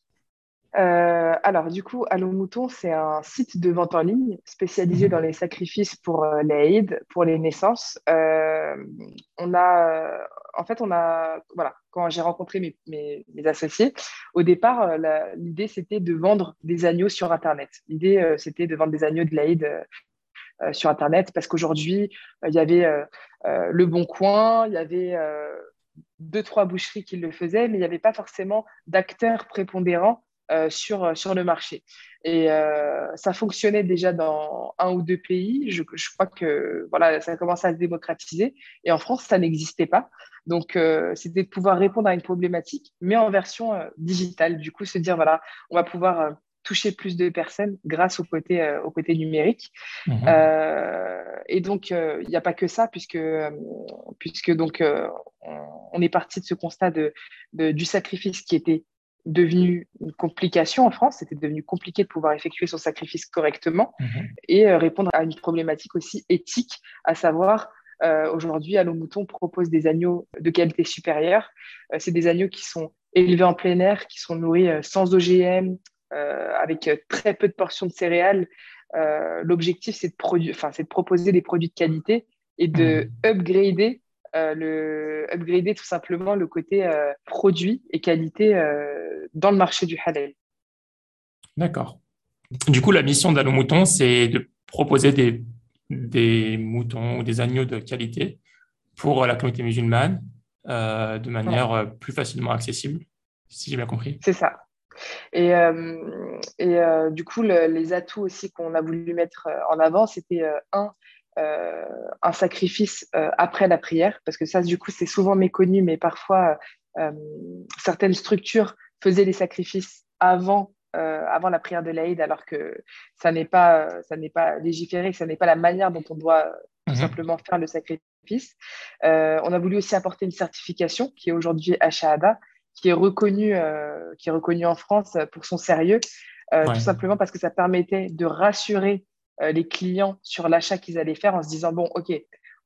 Euh, alors, du coup, Allo Mouton, c'est un site de vente en ligne spécialisé dans
Mhm.
les sacrifices pour euh, l'Aïd, pour les naissances. Euh, on a, euh, en fait, on a, voilà, quand j'ai rencontré mes, mes, mes associés, au départ, euh, la- l'idée, c'était de vendre des agneaux sur Internet. L'idée, euh, c'était de vendre des agneaux de l'Aïd euh, euh, sur Internet parce qu'aujourd'hui, euh, il y avait euh, euh, Le Bon Coin, il y avait euh, deux, trois boucheries qui le faisaient, mais il n'y avait pas forcément d'acteurs prépondérants euh, sur, sur le marché. Et euh, ça fonctionnait déjà dans un ou deux pays. Je, je crois que voilà, ça commence à se démocratiser. Et en France, ça n'existait pas. Donc, euh, c'était de pouvoir répondre à une problématique, mais en version euh, digitale. Du coup, se dire, voilà, on va pouvoir euh, toucher plus de personnes grâce au côté, euh, au côté numérique.
Mhm.
Euh, et donc, euh, il n'y a pas que ça, puisque, euh, puisque donc, euh, on, on est parti de ce constat de, de- du sacrifice qui était devenu une complication en France. C'était devenu compliqué de pouvoir effectuer son sacrifice correctement
Mhm.
et euh, répondre à une problématique aussi éthique, à savoir, euh, aujourd'hui, Allo Mouton propose des agneaux de qualité supérieure. Euh, c'est des agneaux qui sont élevés en plein air, qui sont nourris euh, sans O G M, euh, avec euh, très peu de portions de céréales. Euh, l'objectif, c'est de, produ- enfin, c'est de proposer des produits de qualité et de
Mhm.
upgrader, euh, le, upgrader tout simplement le côté euh, produit et qualité euh, dans le marché du halal.
D'accord. Du coup, la mission d'Allo Mouton, c'est de proposer des, des moutons ou des agneaux de qualité pour la communauté musulmane euh, de
Ouais,
manière euh, plus facilement accessible, si j'ai bien compris.
c'est ça. Et, euh, et euh, du coup, le- les atouts aussi qu'on a voulu mettre euh, en avant, c'était euh, un, euh, un sacrifice euh, après la prière, parce que ça, du coup, c'est souvent méconnu, mais parfois, euh, certaines structures faisaient les sacrifices avant, euh, avant la prière de l'Aïd, alors que ça n'est pas, ça n'est pas légiféré, que ça n'est pas la manière dont on doit euh, tout
Mhm.
simplement faire le sacrifice. Euh, on a voulu aussi apporter une certification qui est aujourd'hui Ashahada, qui est reconnu, euh, qui est reconnu en France pour son sérieux, euh, tout
Ouais,
simplement parce que ça permettait de rassurer euh, les clients sur l'achat qu'ils allaient faire en se disant, bon, OK,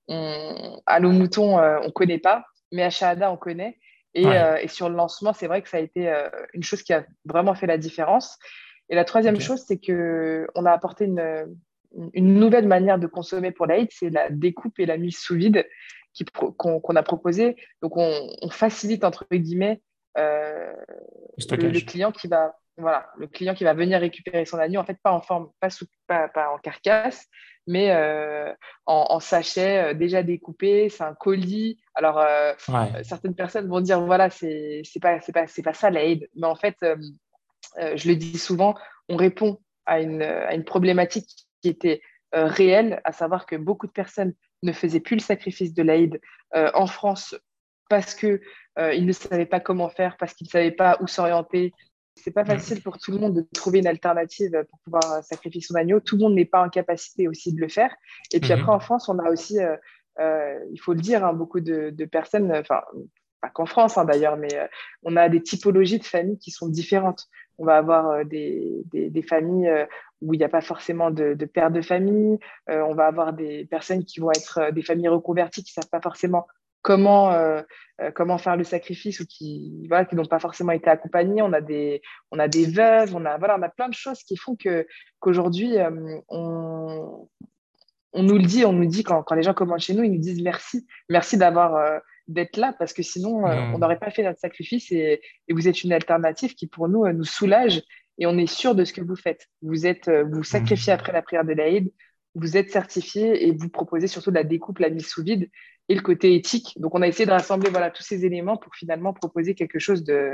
on, Allo Mouton, euh, on ne connaît pas, mais Achaada, on connaît. Et,
ouais,
euh, et sur le lancement, c'est vrai que ça a été euh, une chose qui a vraiment fait la différence. Et la troisième
ok,
chose, c'est qu'on a apporté une, une nouvelle manière de consommer pour l'Aïd, c'est la découpe et la mise sous vide qui pro- qu'on qu'on a proposé. Donc, on, on facilite, entre guillemets, euh,
le
le, le
stockage.
client qui va, voilà, le client qui va venir récupérer son agneau, en fait, pas en forme, pas, sous, pas, pas en carcasse, mais euh, en, en sachet euh, déjà découpé. C'est un colis. Alors, euh,
Ouais,
certaines personnes vont dire, voilà, c'est c'est pas, c'est pas, c'est pas ça l'Aïd. Mais en fait, euh, euh, je le dis souvent, on répond à une, à une problématique qui était euh, réelle, à savoir que beaucoup de personnes ne faisaient plus le sacrifice de l'Aïd euh, en France parce que euh, ils ne savaient pas comment faire, parce qu'ils ne savaient pas où s'orienter. C'est pas facile
mm,
pour tout le monde de trouver une alternative pour pouvoir euh, sacrifier son agneau. Tout le monde n'est pas en capacité aussi de le faire. Et puis après, en
mhm,
France, on a aussi, euh, euh, il faut le dire, hein, beaucoup de, de personnes, enfin, pas qu'en France hein, d'ailleurs, mais euh, on a des typologies de familles qui sont différentes. On va avoir euh, des, des, des familles euh, où il n'y a pas forcément de, de père de famille. Euh, on va avoir des personnes qui vont être euh, des familles reconverties qui ne savent pas forcément comment, euh, euh, comment faire le sacrifice ou qui voilà, qui n'ont pas forcément été accompagnées. On a des, on a des veuves, on a, voilà, on a plein de choses qui font que, qu'aujourd'hui, euh, on, on nous le dit, on nous dit quand, quand les gens commandent chez nous, ils nous disent merci, merci d'avoir euh, d'être là parce que sinon euh, on
mm,
n'aurait pas fait notre sacrifice et, et vous êtes une alternative qui pour nous euh, nous soulage et on est sûr de ce que vous faites. Vous êtes, euh, vous sacrifiez
mm.
après la prière de l'Aïd, vous êtes certifié et vous proposez surtout de la découpe, la mise sous vide et le côté éthique. Donc on a essayé de rassembler voilà tous ces éléments pour finalement proposer quelque chose de,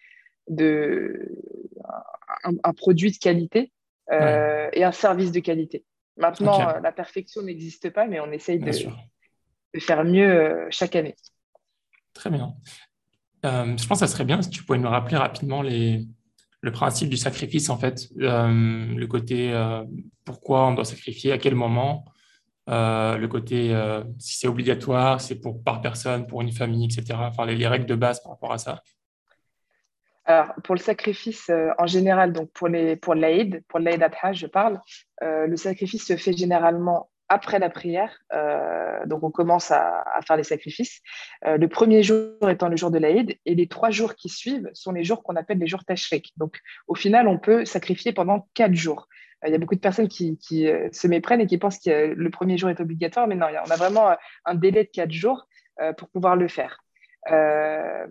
de un, un produit de qualité
Ouais,
euh, et un service de qualité. Maintenant,
ok,
euh, la perfection n'existe pas, mais on essaye
bien
de,
sûr.
de faire mieux euh, chaque année.
Très bien. Euh, je pense que ça serait bien si tu pouvais nous rappeler rapidement les, le principe du sacrifice, en fait, Euh, le côté euh, pourquoi on doit sacrifier, à quel moment, euh, le côté euh, si c'est obligatoire, c'est pour par personne, pour une famille, et cetera. Enfin, les, les règles de base par rapport à ça.
Alors, pour le sacrifice euh, en général, donc pour les, pour l'Aïd, pour l'Aïd Adha, je parle, euh, le sacrifice se fait généralement après la prière. Euh, donc, on commence à, à faire les sacrifices. Euh, le premier jour étant le jour de l'Aïd, et les trois jours qui suivent sont les jours qu'on appelle les jours Tashrik. Donc, au final, on peut sacrifier pendant quatre jours. Euh, Il y a beaucoup de personnes qui, qui euh, se méprennent et qui pensent que euh, le premier jour est obligatoire, mais non, on a vraiment euh, un délai de quatre jours euh, pour pouvoir le faire. Euh,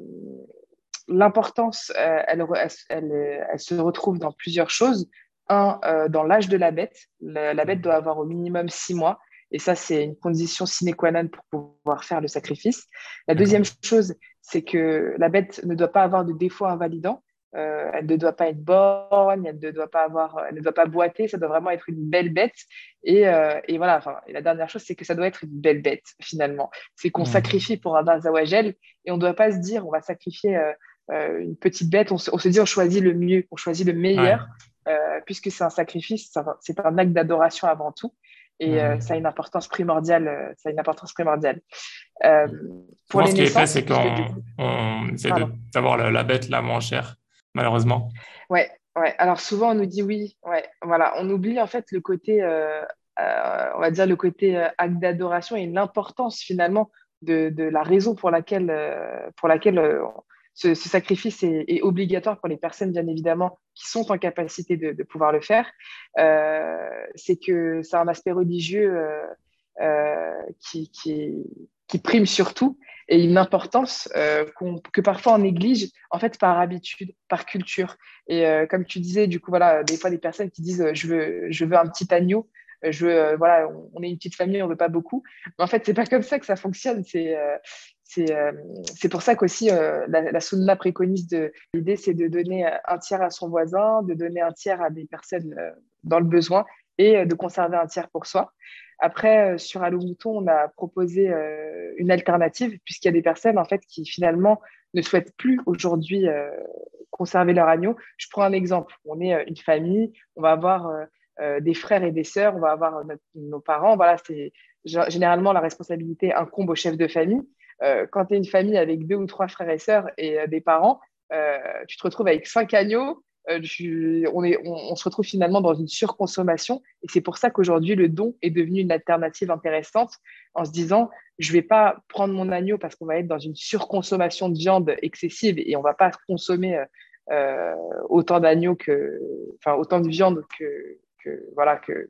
L'importance, euh, elle, elle, elle, elle, se retrouve dans plusieurs choses. Un, euh, dans l'âge de la bête. La, la bête doit avoir au minimum six mois. Et ça, c'est une condition sine qua non pour pouvoir faire le sacrifice. La
D'accord.
deuxième chose, c'est que la bête ne doit pas avoir de défaut invalidant. Euh, elle ne doit pas être borgne, elle ne doit pas avoir, elle ne doit pas boiter. Ça doit vraiment être une belle bête. Et, euh, et voilà. Enfin, et la dernière chose, c'est que ça doit être une belle bête finalement. C'est qu'on
Mm.
sacrifie pour un Zawajel et on ne doit pas se dire on va sacrifier euh, euh, une petite bête, on se, on se dit on choisit le mieux, on choisit le
Ouais.
meilleur, euh, puisque c'est un sacrifice, c'est un acte d'adoration avant tout, et euh, ça a
Mm.
une importance primordiale. Euh, ça a une importance primordiale. Euh, pour
Souvent,
les
ce qui est fait,
naissances,
c'est
puisque du
qu'on
coup,
on essaie
pardon.
de- d'avoir la, la bête la moins chère, malheureusement.
Ouais, ouais. Alors souvent on nous dit oui, ouais, voilà, on oublie en fait le côté, euh, euh, on va dire le côté euh, acte d'adoration et l'importance finalement de, de la raison pour laquelle, euh, pour laquelle euh, ce, ce sacrifice est, est obligatoire pour les personnes bien évidemment qui sont en capacité de, de pouvoir le faire. Euh, c'est que c'est un aspect religieux euh, euh, qui, qui, qui prime surtout et une importance euh, qu'on- que parfois on néglige en fait par habitude, par culture. Et euh, comme tu disais, du coup, voilà, des fois, des personnes qui disent euh, je veux, je veux un petit agneau, euh, je veux, euh, voilà, on, on est une petite famille, on veut pas beaucoup. Mais en fait, c'est pas comme ça que ça fonctionne. C'est euh, c'est euh, c'est pour ça qu'aussi euh, la, la Sunna préconise de l'idée, c'est de donner euh, un tiers à son voisin, de donner un tiers à des personnes euh, dans le besoin et euh, de conserver un tiers pour soi. Après, euh, sur Allo Mouton, on a proposé euh, une alternative puisqu'il y a des personnes en fait qui finalement ne souhaitent plus aujourd'hui euh, conserver leur agneau. Je prends un exemple. On est euh, une famille, on va avoir euh, euh, des frères et des sœurs, on va avoir notre- nos parents. Voilà, c'est généralement la responsabilité incombe au chef de famille. Euh, quand tu es une famille avec deux ou trois frères et sœurs et euh, des parents, euh, tu te retrouves avec cinq agneaux. Euh, tu- on, est, on, on se retrouve finalement dans une surconsommation. Et c'est pour ça qu'aujourd'hui, le don est devenu une alternative intéressante en se disant, je ne vais pas prendre mon agneau parce qu'on va être dans une surconsommation de viande excessive et on ne va pas consommer euh, euh, autant d'agneaux que, enfin, autant de viande que, que voilà, que,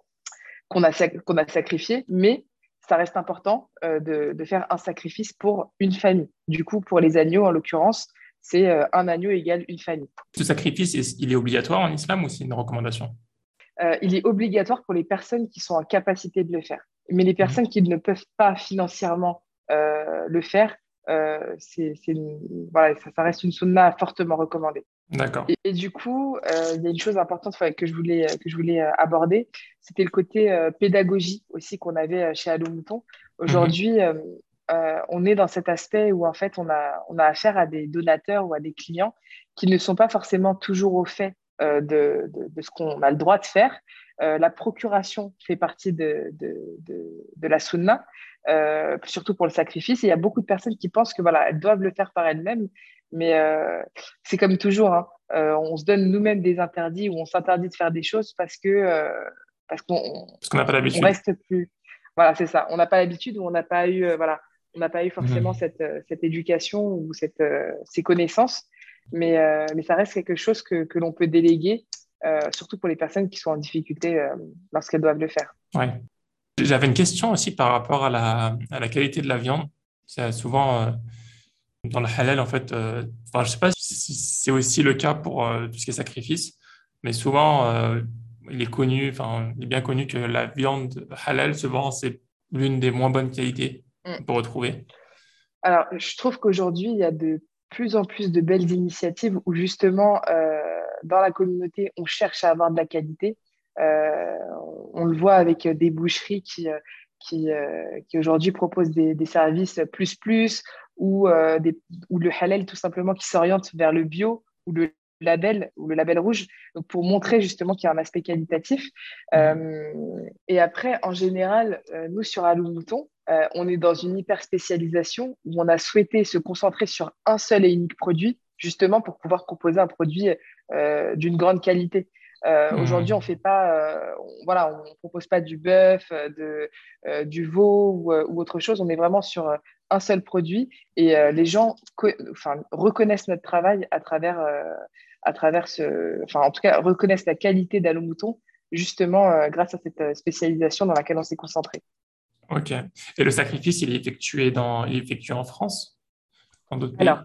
qu'on a, sac- qu'on a sacrifié, mais ça reste important euh, de, de faire un sacrifice pour une famille. Du coup, pour les agneaux, en l'occurrence, c'est euh, un agneau égale une famille.
Ce sacrifice, est- il est obligatoire en islam ou c'est une recommandation?
Euh, il est obligatoire pour les personnes qui sont en capacité de le faire. Mais les
Mhm.
personnes qui ne peuvent pas financièrement euh, le faire, euh, c'est, c'est une- voilà, ça, ça reste une sunna fortement recommandée.
D'accord.
Et, et du coup, euh, il y a une chose importante enfin, que je voulais, que je voulais euh, aborder, c'était le côté euh, pédagogie aussi qu'on avait euh, chez Allo Mouton.
Mhm.
Aujourd'hui, euh, euh, on est dans cet aspect où en fait on a, on a affaire à des donateurs ou à des clients qui ne sont pas forcément toujours au fait euh, de, de, de ce qu'on a le droit de faire. Euh, la procuration fait partie de, de, de, de la sunna, euh, surtout pour le sacrifice. Et il y a beaucoup de personnes qui pensent que voilà, elles doivent le faire par elles-mêmes, mais euh, c'est comme toujours, hein. Euh, on se donne nous-mêmes des interdits ou on s'interdit de faire des choses parce que euh, parce qu'on
Parce qu'on n'a pas
on
l'habitude.
reste plus. Voilà, c'est ça. On n'a pas l'habitude ou on n'a pas eu euh, voilà, on n'a pas eu forcément
Mhm.
cette euh, cette éducation ou cette euh, ces connaissances. Mais euh, mais ça reste quelque chose que que l'on peut déléguer, euh, surtout pour les personnes qui sont en difficulté euh, lorsqu'elles doivent le faire.
Ouais. J'avais une question aussi par rapport à la, à la qualité de la viande. C'est souvent euh, dans le halal, en fait, euh, enfin, je sais pas si c'est aussi le cas pour euh, tout ce qui est sacrifice, mais souvent, euh, il est connu, enfin, il est bien connu que la viande halal, souvent, c'est l'une des moins bonnes qualités qu'on peut retrouver.
Alors, je trouve qu'aujourd'hui, il y a de plus en plus de belles initiatives où justement, euh, dans la communauté, on cherche à avoir de la qualité. Euh, on le voit avec des boucheries qui, euh, qui, euh, qui aujourd'hui proposent des, des services plus plus ou, euh, des, ou le halal tout simplement qui s'oriente vers le bio ou le label ou le label rouge donc pour montrer justement qu'il y a un aspect qualitatif.
Mhm.
Euh, et après, en général, euh, nous sur Alou Mouton, euh, on est dans une hyper spécialisation où on a souhaité se concentrer sur un seul et unique produit, justement pour pouvoir proposer un produit euh, d'une grande qualité. Euh, aujourd'hui, on
Mhm.
fait pas, euh, on, voilà, on propose pas du bœuf, euh, de, euh, du veau ou, euh, ou autre chose. On est vraiment sur euh, un seul produit et euh, les gens, co- enfin, reconnaissent notre travail à travers, euh, à travers ce, enfin, en tout cas, reconnaissent la qualité d'Allo Mouton justement euh, grâce à cette euh, spécialisation dans laquelle on s'est concentré.
Ok. Et le sacrifice, il est effectué dans, il est effectué en France, dans d'autres
Alors,
pays?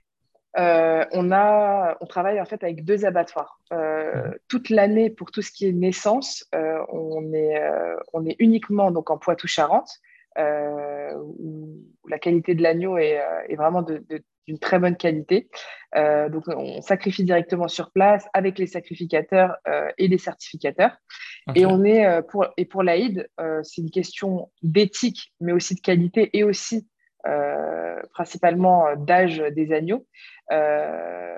Euh, on a, on travaille en fait avec deux abattoirs. Euh,
Mhm.
toute l'année, pour tout ce qui est naissance, euh, on est, euh, on est uniquement donc en Poitou-Charentes, euh, où la qualité de l'agneau est, euh, est vraiment de- de- d'une très bonne qualité. Euh, donc, on sacrifie directement sur place avec les sacrificateurs euh, et les certificateurs. Et on
Ok.
est euh, pour et pour l'Aïd, euh, c'est une question d'éthique, mais aussi de qualité et aussi euh, principalement euh, d'âge des agneaux, euh,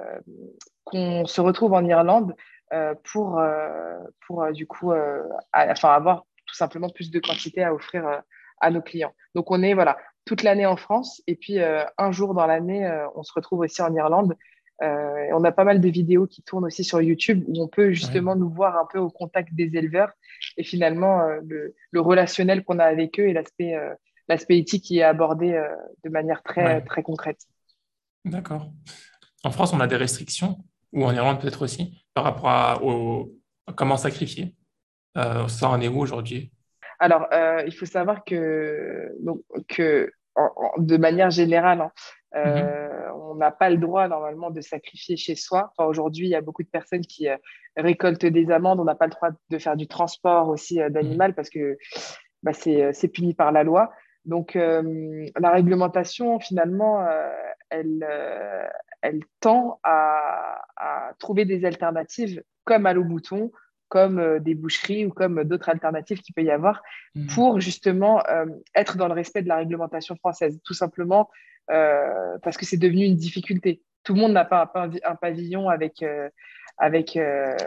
qu'on se retrouve en Irlande euh, pour euh, pour euh, du coup euh, à- enfin avoir tout simplement plus de quantité à offrir euh, à nos clients. Donc on est voilà toute l'année en France et puis euh, un jour dans l'année euh, on se retrouve aussi en Irlande. Euh, et on a pas mal de vidéos qui tournent aussi sur YouTube où on peut
Ouais.
justement nous voir un peu au contact des éleveurs et finalement euh, le, le relationnel qu'on a avec eux et l'aspect euh, l'aspect éthique qui est abordé euh, de manière très
Ouais.
très concrète.
D'accord. En France, on a des restrictions, ou en Irlande peut-être aussi, par rapport à, au, à comment sacrifier. Euh, ça en est où aujourd'hui?
Alors euh, il faut savoir que donc que en- en- de manière générale, hein,
Mhm.
euh, on n'a pas le droit normalement de sacrifier chez soi. Enfin, aujourd'hui, il y a beaucoup de personnes qui euh, récoltent des amendes. On n'a pas le droit de faire du transport aussi euh,
Mhm.
d'animal parce que bah, c'est, euh, c'est puni par la loi. Donc, euh, la réglementation, finalement, euh, elle, euh, elle tend à, à trouver des alternatives comme à l'eau bouton, comme euh, des boucheries ou comme d'autres alternatives qu'il peut y avoir
Mhm.
pour justement euh, être dans le respect de la réglementation française, tout simplement euh, parce que c'est devenu une difficulté. Tout le monde n'a pas un, pavi- un pavillon avec, euh, avec, euh,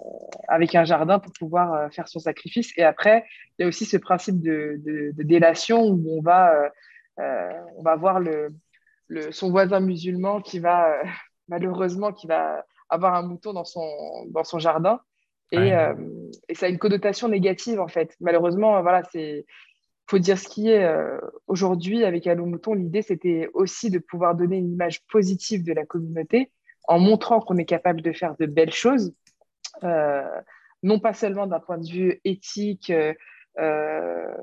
avec un jardin pour pouvoir euh, faire son sacrifice. Et après, il y a aussi ce principe de, de, de délation où on va, euh, euh, on va voir le, le, son voisin musulman qui va, euh, malheureusement, qui va avoir un mouton dans son, dans son jardin. Et,
Ouais.
euh, et ça a une connotation négative, en fait. Malheureusement, voilà, c'est, faut dire ce qui est. Euh, aujourd'hui, avec Allo Mouton, l'idée, c'était aussi de pouvoir donner une image positive de la communauté en montrant qu'on est capable de faire de belles choses, euh, non pas seulement d'un point de vue éthique euh, euh,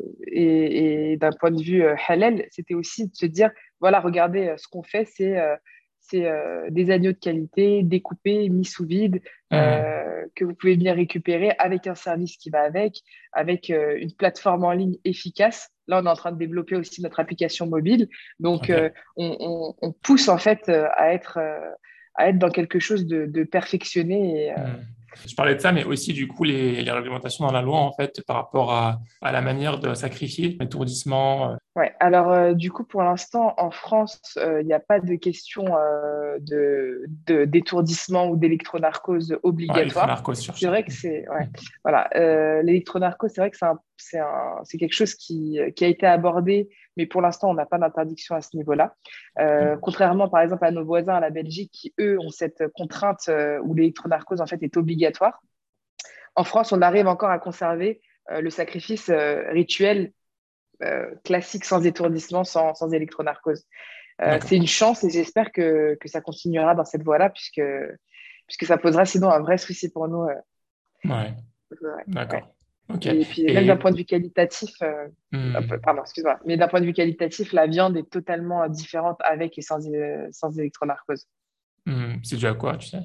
et, et d'un point de vue euh, halal, c'était aussi de se dire, voilà, regardez, euh, ce qu'on fait, c'est euh, c'est euh, des agneaux de qualité, découpés, mis sous vide,
Mhm.
euh, que vous pouvez venir récupérer avec un service qui va avec, avec euh, une plateforme en ligne efficace. Là, on est en train de développer aussi notre application mobile. Donc,
Ok.
euh, on, on, on pousse en fait euh, à être, euh, à être dans quelque chose de, de perfectionné. Et, euh,
Hmm. Je parlais de ça, mais aussi du coup les, les réglementations dans la loi en fait par rapport à, à la manière de sacrifier l'étourdissement. euh,
Ouais, alors euh, du coup, pour l'instant, en France, euh, il n'y a pas de question euh, de, de- d'étourdissement ou d'électronarcose
ouais,
obligatoire.
électronarcose
C'est
surcharge.
vrai que c'est, ouais, voilà, euh, l'électronarcose, c'est vrai que c'est un, c'est un, c'est quelque chose qui, qui a été abordé, mais pour l'instant, on n'a pas d'interdiction à ce niveau-là. Euh, contrairement, par exemple, à nos voisins à la Belgique, qui eux ont cette contrainte euh, où l'électronarcose en fait est obligatoire. En France, on arrive encore à conserver euh, le sacrifice euh, rituel euh, classique sans étourdissement, sans, sans électronarcose. Euh, c'est
D'accord.
une chance et j'espère que, que ça continuera dans cette voie-là puisque, puisque ça posera sinon un vrai souci pour nous. Euh,
Ouais,
ouais, ouais.
d'accord. Ok.
Et puis même d'un
Et
point de vue qualitatif, euh,
hmm,
pardon, excuse-moi, mais d'un point de vue qualitatif, la viande est totalement différente avec et sans, euh, sans électronarcose.
hmm, c'est dû à quoi, tu sais?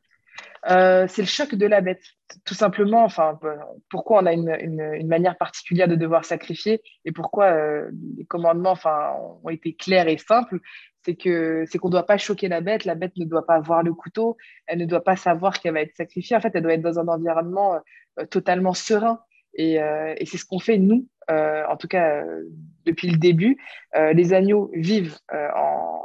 Euh, c'est le choc de la bête, tout simplement. Enfin, euh, pourquoi on a une, une, une manière particulière de devoir sacrifier et pourquoi euh, les commandements, enfin, ont été clairs et simples. C'est que c'est qu'on ne doit pas choquer la bête. La bête ne doit pas voir le couteau. Elle ne doit pas savoir qu'elle va être sacrifiée. En fait, elle doit être dans un environnement euh, totalement serein. Et, euh, et c'est ce qu'on fait nous, euh, en tout cas euh, depuis le début. Euh, les agneaux vivent euh, en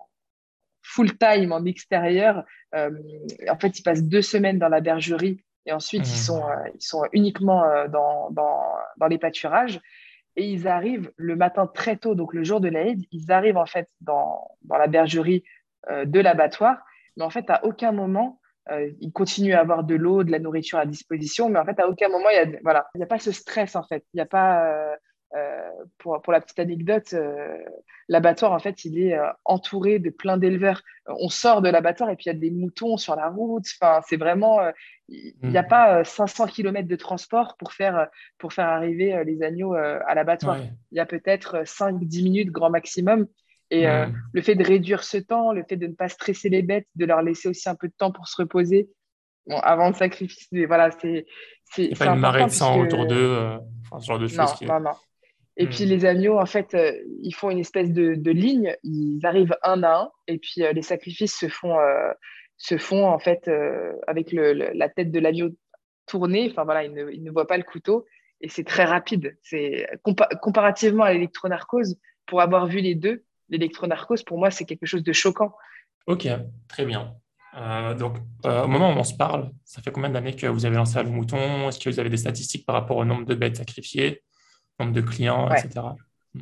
full time en extérieur. Euh, en fait, ils passent deux semaines dans la bergerie et ensuite ils sont,
Hmm,
euh, ils sont uniquement euh, dans, dans, dans les pâturages. Et ils arrivent le matin très tôt, donc le jour de l'Aïd, ils arrivent en fait dans, dans la bergerie euh, de l'abattoir. Mais en fait, à aucun moment, euh, ils continuent à avoir de l'eau, de la nourriture à disposition. Mais en fait, à aucun moment, il y a, voilà, il n'y a pas ce stress en fait. Il n'y a pas, euh, euh, pour, pour la petite anecdote, euh, l'abattoir, en fait, il est euh, entouré de plein d'éleveurs. Euh, On sort de l'abattoir et puis il y a des moutons sur la route. Enfin, c'est vraiment, euh, il n'y a
hmm.
pas euh, cinq cents kilomètres de transport pour faire, euh, pour faire arriver euh, les agneaux euh, à l'abattoir.
Ouais.
Il y a peut-être cinq dix minutes grand maximum. Et euh,
Hmm.
le fait de réduire ce temps, le fait de ne pas stresser les bêtes, de leur laisser aussi un peu de temps pour se reposer bon, avant le sacrifice, mais voilà, c'est,
Il
c'est,
n'y a pas
c'est
une marée
important
de
puisque
sang autour d'eux, euh, enfin, ce genre de choses
non,
qui est.
non, non. Et puis
Hmm.
les agneaux, en fait, euh, ils font une espèce de, de ligne, ils arrivent un à un, et puis euh, les sacrifices se font, euh, se font en fait euh, avec le, le- la tête de l'agneau tournée. Enfin voilà, ils ne, ils ne voient pas le couteau, et c'est très rapide. C'est compa- comparativement à l'électronarcose, pour avoir vu les deux, l'électronarcose pour moi c'est quelque chose de choquant.
Ok, très bien. Euh, donc, euh, au moment où on se parle, ça fait combien d'années que vous avez lancé Allô Mouton? Est-ce que vous avez des statistiques par rapport au nombre de bêtes sacrifiées, nombre de clients,
Ouais.
et cetera.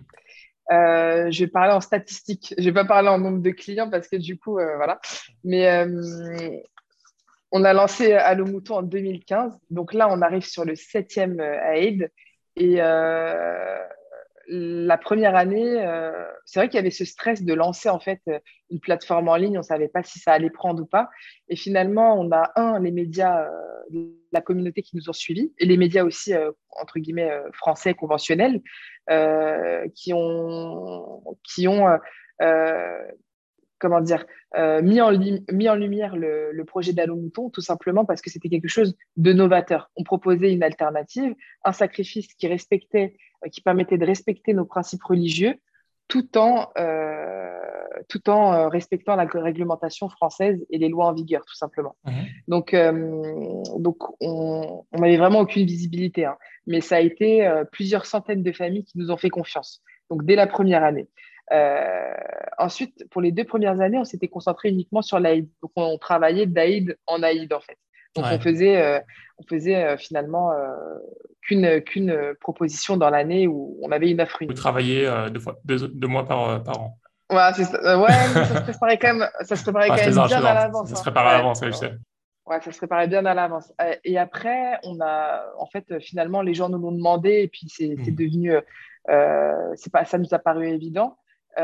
Euh, je vais parler en statistiques. Je vais pas parler en nombre de clients parce que du coup, euh, voilà. Mais euh, on a lancé Allo Mouton en deux mille quinze. Donc là, on arrive sur le septième euh, Aid. Et euh, la première année, euh, c'est vrai qu'il y avait ce stress de lancer en fait euh, une plateforme en ligne. On savait pas si ça allait prendre ou pas. Et finalement, on a un, les médias, euh, de la communauté qui nous ont suivis et les médias aussi, euh, entre guillemets, euh, français conventionnels, euh, qui ont, qui ont euh, euh, comment dire, euh, mis, en mis en lumière le, le projet d'Allo Mouton, tout simplement parce que c'était quelque chose de novateur. On proposait une alternative, un sacrifice qui respectait, euh, qui permettait de respecter nos principes religieux, tout en, euh, tout en euh, respectant la réglementation française et les lois en vigueur, tout simplement.
Mhm.
Donc, euh, donc on n'avait vraiment aucune visibilité, hein. Mais ça a été euh, plusieurs centaines de familles qui nous ont fait confiance. Donc, dès la première année. Euh, ensuite, pour les deux premières années, on s'était concentré uniquement sur l'Aïd. Donc, on travaillait d'Aïd en Aïd, en fait. Donc, on
Ouais.
faisait, euh, on faisait euh, finalement euh, qu'une qu'une proposition dans l'année où on avait une offre
Vous
unique.
travaillez euh, deux fois, deux, deux mois par, euh, par an.
Ouais, c'est ça. Euh, ouais, mais ça se préparait quand même, ça se préparait
Ah,
quand
je
même
plaisante, je
bien à
plaisante. Ça,
l'avance,
ça se
hein.
prépare à
Ouais,
l'avance, oui, je sais.
ouais, ça se préparait bien à l'avance. Euh, Et après, on a, en fait, euh, finalement, les gens nous l'ont demandé et puis c'est c'est
Hmm.
devenu, euh, c'est pas, ça nous a paru évident.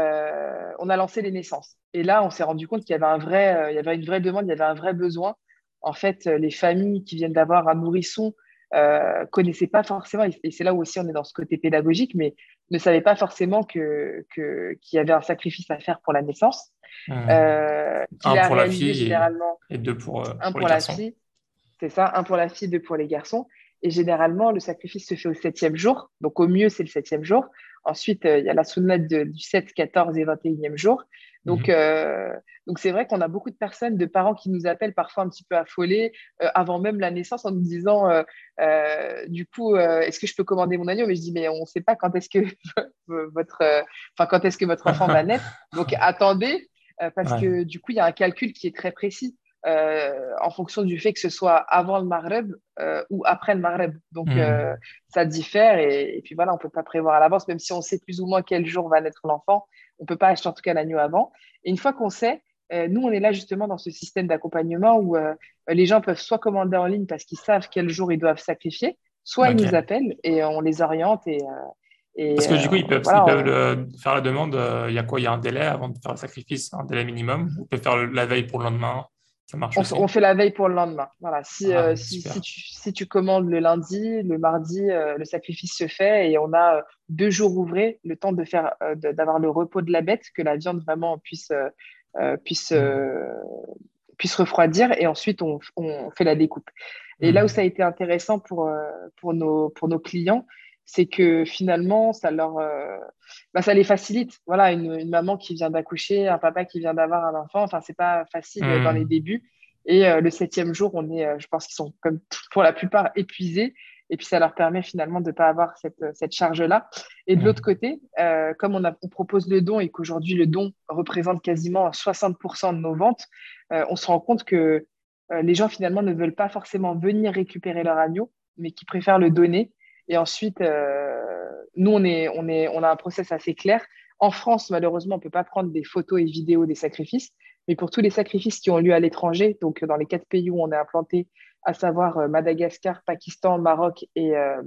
Euh, on a lancé les naissances. Et là, on s'est rendu compte qu'il y avait un vrai, euh, il y avait une vraie demande, il y avait un vrai besoin. En fait, euh, les familles qui viennent d'avoir un nourrisson euh, connaissaient pas forcément, et et c'est là où aussi on est dans ce côté pédagogique, mais ne savaient pas forcément que, que, qu'il y avait un sacrifice à faire pour la naissance,
Hmm.
euh, qu'il
Un
a
pour la
réalisé
fille et,
généralement
et deux pour, euh,
un
pour les
pour la
garçons.
fille, c'est ça, un pour la fille, deux pour les garçons. Et généralement, le sacrifice se fait au septième jour. Donc, au mieux, c'est le septième jour. Ensuite, euh, il y a la sunnah de- du sept, quatorze et vingt et unième jour. Donc,
Mhm.
euh, donc c'est vrai qu'on a beaucoup de personnes, de parents qui nous appellent parfois un petit peu affolés euh, avant même la naissance en nous disant, euh, euh, du coup, euh, est-ce que je peux commander mon agneau? Mais je dis, mais on ne sait pas quand est-ce que votre, euh, enfin, quand est-ce que votre enfant va naître. Donc, attendez, euh, parce
Ouais.
que du coup, il y a un calcul qui est très précis euh, en fonction du fait que ce soit avant le Maghreb euh, ou après le Maghreb. Donc, euh,
Hmm.
ça diffère et, et puis voilà, on ne peut pas prévoir à l'avance, même si on sait plus ou moins quel jour va naître l'enfant, on ne peut pas acheter en tout cas l'agneau avant. Et une fois qu'on sait, euh, nous, on est là justement dans ce système d'accompagnement où euh, les gens peuvent soit commander en ligne parce qu'ils savent quel jour ils doivent sacrifier, soit ils nous
Ok.
appellent et on les oriente et, euh,
Parce
et
que du
euh,
coup, ils peuvent, ils
voilà,
peuvent
on,
le- faire la demande. euh, Il y a quoi? Il y a un délai avant de faire le sacrifice, un délai minimum. Ou ils peuvent faire le- la veille pour le lendemain. Ça marche
On, s- on
aussi.
fait la veille pour le lendemain. Voilà. Si,
Ah,
euh, si, si
super.
tu, si tu commandes le lundi, le mardi, euh, le sacrifice se fait et on a euh, deux jours ouvrés, le temps de faire, euh, de- d'avoir le repos de la bête, que la viande vraiment puisse, euh, euh, puisse,
Hmm.
euh, puisse refroidir et ensuite on, on fait la découpe. Et là où ça
Hmm.
a été intéressant pour, euh, pour nos, pour nos clients, c'est que finalement, ça leur, euh, bah, ça les facilite. Voilà, une, une maman qui vient d'accoucher, un papa qui vient d'avoir un enfant, enfin, c'est pas facile dans les
Hmm.
débuts. Et euh, le septième jour, on est, euh, je pense qu'ils sont comme t- pour la plupart épuisés. Et puis, ça leur permet finalement de ne pas avoir cette, cette charge-là. Et de l'autre
Hmm.
côté, euh, comme on, a, on propose le don et qu'aujourd'hui, le don représente quasiment soixante pour cent de nos ventes, euh, on se rend compte que euh, les gens finalement ne veulent pas forcément venir récupérer leur agneau, mais qui préfèrent le donner. Et ensuite, euh, nous, on, est, on, est, on a un process assez clair. En France, malheureusement, on ne peut pas prendre des photos et vidéos des sacrifices, mais pour tous les sacrifices qui ont lieu à l'étranger, donc dans les quatre pays où on est implanté, à savoir euh, Madagascar, Pakistan, Maroc et, euh,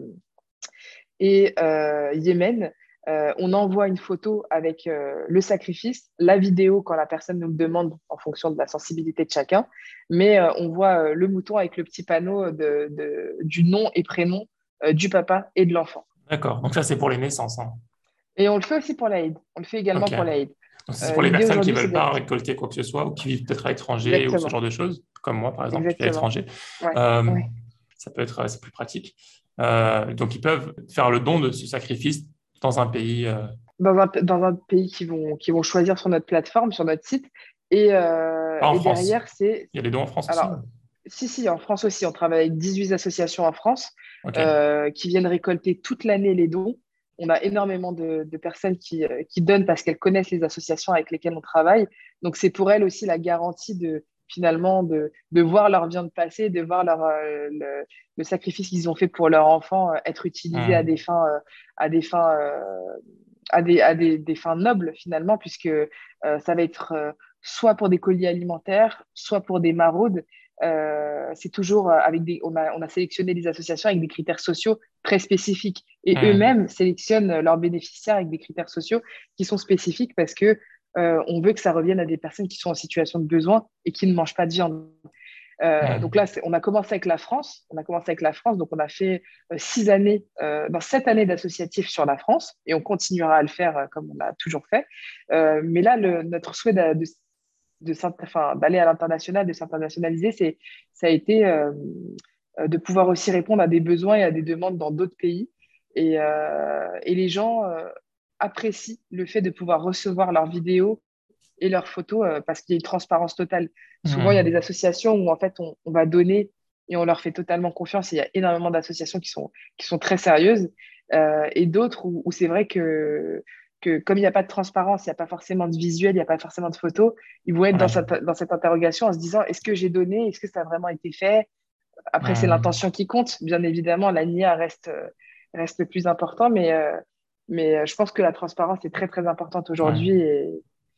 et euh, Yémen, euh, on envoie une photo avec euh, le sacrifice, la vidéo quand la personne nous le demande en fonction de la sensibilité de chacun, mais euh, on voit euh, le mouton avec le petit panneau de, de- du nom et prénom euh, du papa et de l'enfant.
D'accord. Donc ça, c'est pour les naissances, hein.
Et on le fait aussi pour l'Aïd. On le fait
Ok.
également pour l'Aïd.
Donc c'est
Euh,
pour les
l'idée
personnes qui
aujourd'hui, c'est
veulent pas
d'être
récolter quoi que ce soit ou qui vivent peut-être à l'étranger ou ce
exactement,
genre de choses, comme moi, par exemple, qui vis à
exactement.
l'étranger.
Ouais,
Euh,
ouais.
Ça peut être, euh, c'est plus pratique. Euh, donc ils peuvent faire le don de ce sacrifice dans un pays. euh,
Dans un, dans un pays qui vont, qui vont choisir sur notre plateforme, sur notre site. Et, euh,
Pas en
et
France.
derrière, c'est
Il y a des dons en France aussi.
alors, si, si, en France aussi, on travaille avec dix-huit associations en France
Ok.
euh, qui viennent récolter toute l'année les dons. On a énormément de, de personnes qui, euh, qui donnent parce qu'elles connaissent les associations avec lesquelles on travaille. Donc, c'est pour elles aussi la garantie de finalement de, de voir leur viande passer, de voir leur, euh, le, le sacrifice qu'ils ont fait pour leur enfant euh, être utilisé à
Hmm.
des fins, euh, à des fins, euh, à des, à des, des fins nobles finalement, puisque euh, ça va être euh, soit pour des colis alimentaires, soit pour des maraudes. Euh, c'est toujours avec des, on a, on a sélectionné des associations avec des critères sociaux très spécifiques et
Hmm.
eux-mêmes sélectionnent leurs bénéficiaires avec des critères sociaux qui sont spécifiques parce que euh, on veut que ça revienne à des personnes qui sont en situation de besoin et qui ne mangent pas de viande. Euh, donc
Hmm.
là, on a commencé avec la France. On a commencé avec la France. Donc, on a fait euh, six années, euh, dans sept années d'associatif sur la France et on continuera à le faire euh, comme on l'a toujours fait. Euh, mais là, le, notre souhait de, de, de enfin, d'aller à l'international, de s'internationaliser, c'est, ça a été euh, euh, de pouvoir aussi répondre à des besoins et à des demandes dans d'autres pays. Et, euh, et les gens euh, apprécient le fait de pouvoir recevoir leurs vidéos et leurs photos euh, parce qu'il y a une transparence totale. Souvent, il y a des
Hmm.
associations où en fait on, on va donner et on leur fait totalement confiance. Et il y a énormément d'associations qui sont, qui sont très sérieuses euh, et d'autres où, où c'est vrai que, que comme il n'y a pas de transparence, il n'y a pas forcément de visuel, il n'y a pas forcément de photos, ils vont être dans
Ouais.
cette, dans cette interrogation en se disant est-ce que j'ai donné, est-ce que ça a vraiment été fait? Après, c'est
Hmm.
l'intention qui compte. Bien évidemment, la N I A reste, euh, reste le plus important, mais, euh, mais euh, je pense que la transparence est très, très importante
Ouais.
aujourd'hui et,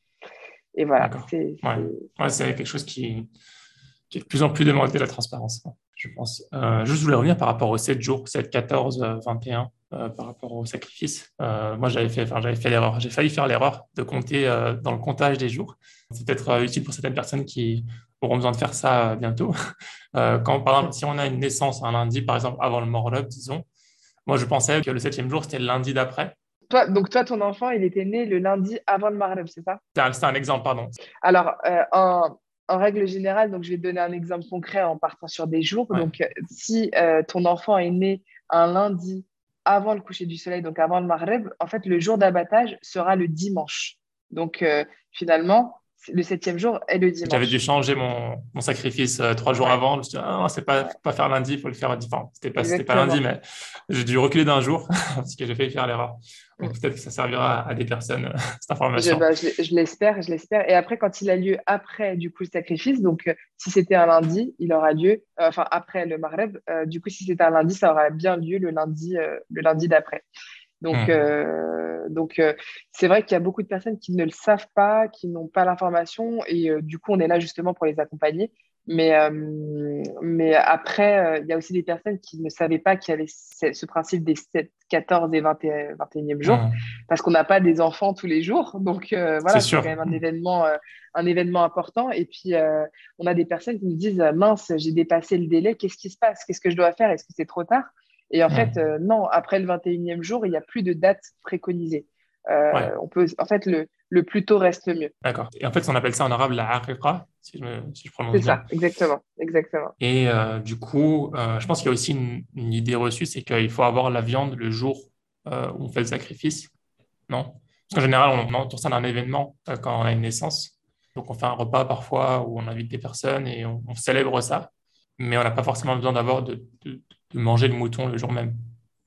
et voilà,
D'accord.
c'est,
Ouais.
c'est...
Ouais, c'est quelque chose qui, qui est de plus en plus demandé, la transparence, hein, je pense. Euh, juste, je voulais revenir par rapport aux sept jours, sept, quatorze, euh, vingt et un, euh, par rapport au sacrifice. Euh, moi, j'avais fait, enfin, j'avais fait l'erreur. J'ai failli faire l'erreur de compter euh, dans le comptage des jours. C'est peut-être euh, utile pour certaines personnes qui auront besoin de faire ça euh, bientôt. Euh, quand, par exemple, si on a une naissance un lundi, par exemple, avant le Morlub, disons, moi, je pensais que le septième jour, c'était le lundi d'après.
Toi, donc toi, ton enfant, il était né le lundi avant le Maghreb, c'est ça?
C'est un, c'est un exemple, pardon.
Alors, euh, en, en règle générale, donc je vais te donner un exemple concret en partant sur des jours.
Ouais.
Donc, euh, si euh, ton enfant est né un lundi avant le coucher du soleil, donc avant le Maghreb, en fait, le jour d'abattage sera le dimanche. Donc, euh, finalement, le septième jour est le
J'avais dû
dimanche.
changer mon, mon sacrifice euh, trois jours
Ouais,
avant. Je me suis dit, ah, non, c'est pas,
ouais,
faut pas faire lundi, il faut le faire différent. C'était pas, c'était pas lundi,
exactement.
mais j'ai dû reculer d'un jour parce que j'ai failli faire l'erreur.
Mm.
Donc peut-être que ça servira à, à des personnes, cette
Je,
information.
bah, je, je l'espère, je l'espère. Et après, quand il a lieu après, du coup, le sacrifice, donc euh, si c'était un lundi, il aura lieu, euh, enfin, après le Maghreb, euh, du coup, si c'était un lundi, ça aura bien lieu le lundi, euh, le lundi d'après. Donc,
Hmm.
euh, donc euh, c'est vrai qu'il y a beaucoup de personnes qui ne le savent pas, qui n'ont pas l'information, et euh, du coup, on est là justement pour les accompagner. Mais, euh, mais après, euh, il y a aussi des personnes qui ne savaient pas qu'il y avait ce, ce principe des sept, quatorze et vingt et un, vingt et unième jour,
Hmm.
parce qu'on n'a pas des enfants tous les jours. Donc euh,
C'est
voilà, c'est quand
sûr.
même un événement, euh, un événement important. Et puis, euh, on a des personnes qui nous disent, mince, j'ai dépassé le délai, qu'est-ce qui se passe? Qu'est-ce que je dois faire? Est-ce que c'est trop tard? Et en fait,
Hmm.
euh, non, après le vingt et unième jour, il n'y a plus de date préconisée. Euh,
Ouais,
on peut, en fait, le, le plus tôt reste le mieux.
d'accord. Et en fait, on appelle ça en arabe la aqiqa, si je, me- si je
C'est
prononce bien.
ça, exactement, exactement.
Et euh, du coup, euh, je pense qu'il y a aussi une, une idée reçue, c'est qu'il faut avoir la viande le jour euh, où on fait le sacrifice. Non? Parce qu'en général, on entoure ça d'un événement euh, quand on a une naissance. Donc, on fait un repas parfois où on invite des personnes et on, on célèbre ça. Mais on n'a pas forcément besoin d'avoir de, de- de manger le mouton le jour même.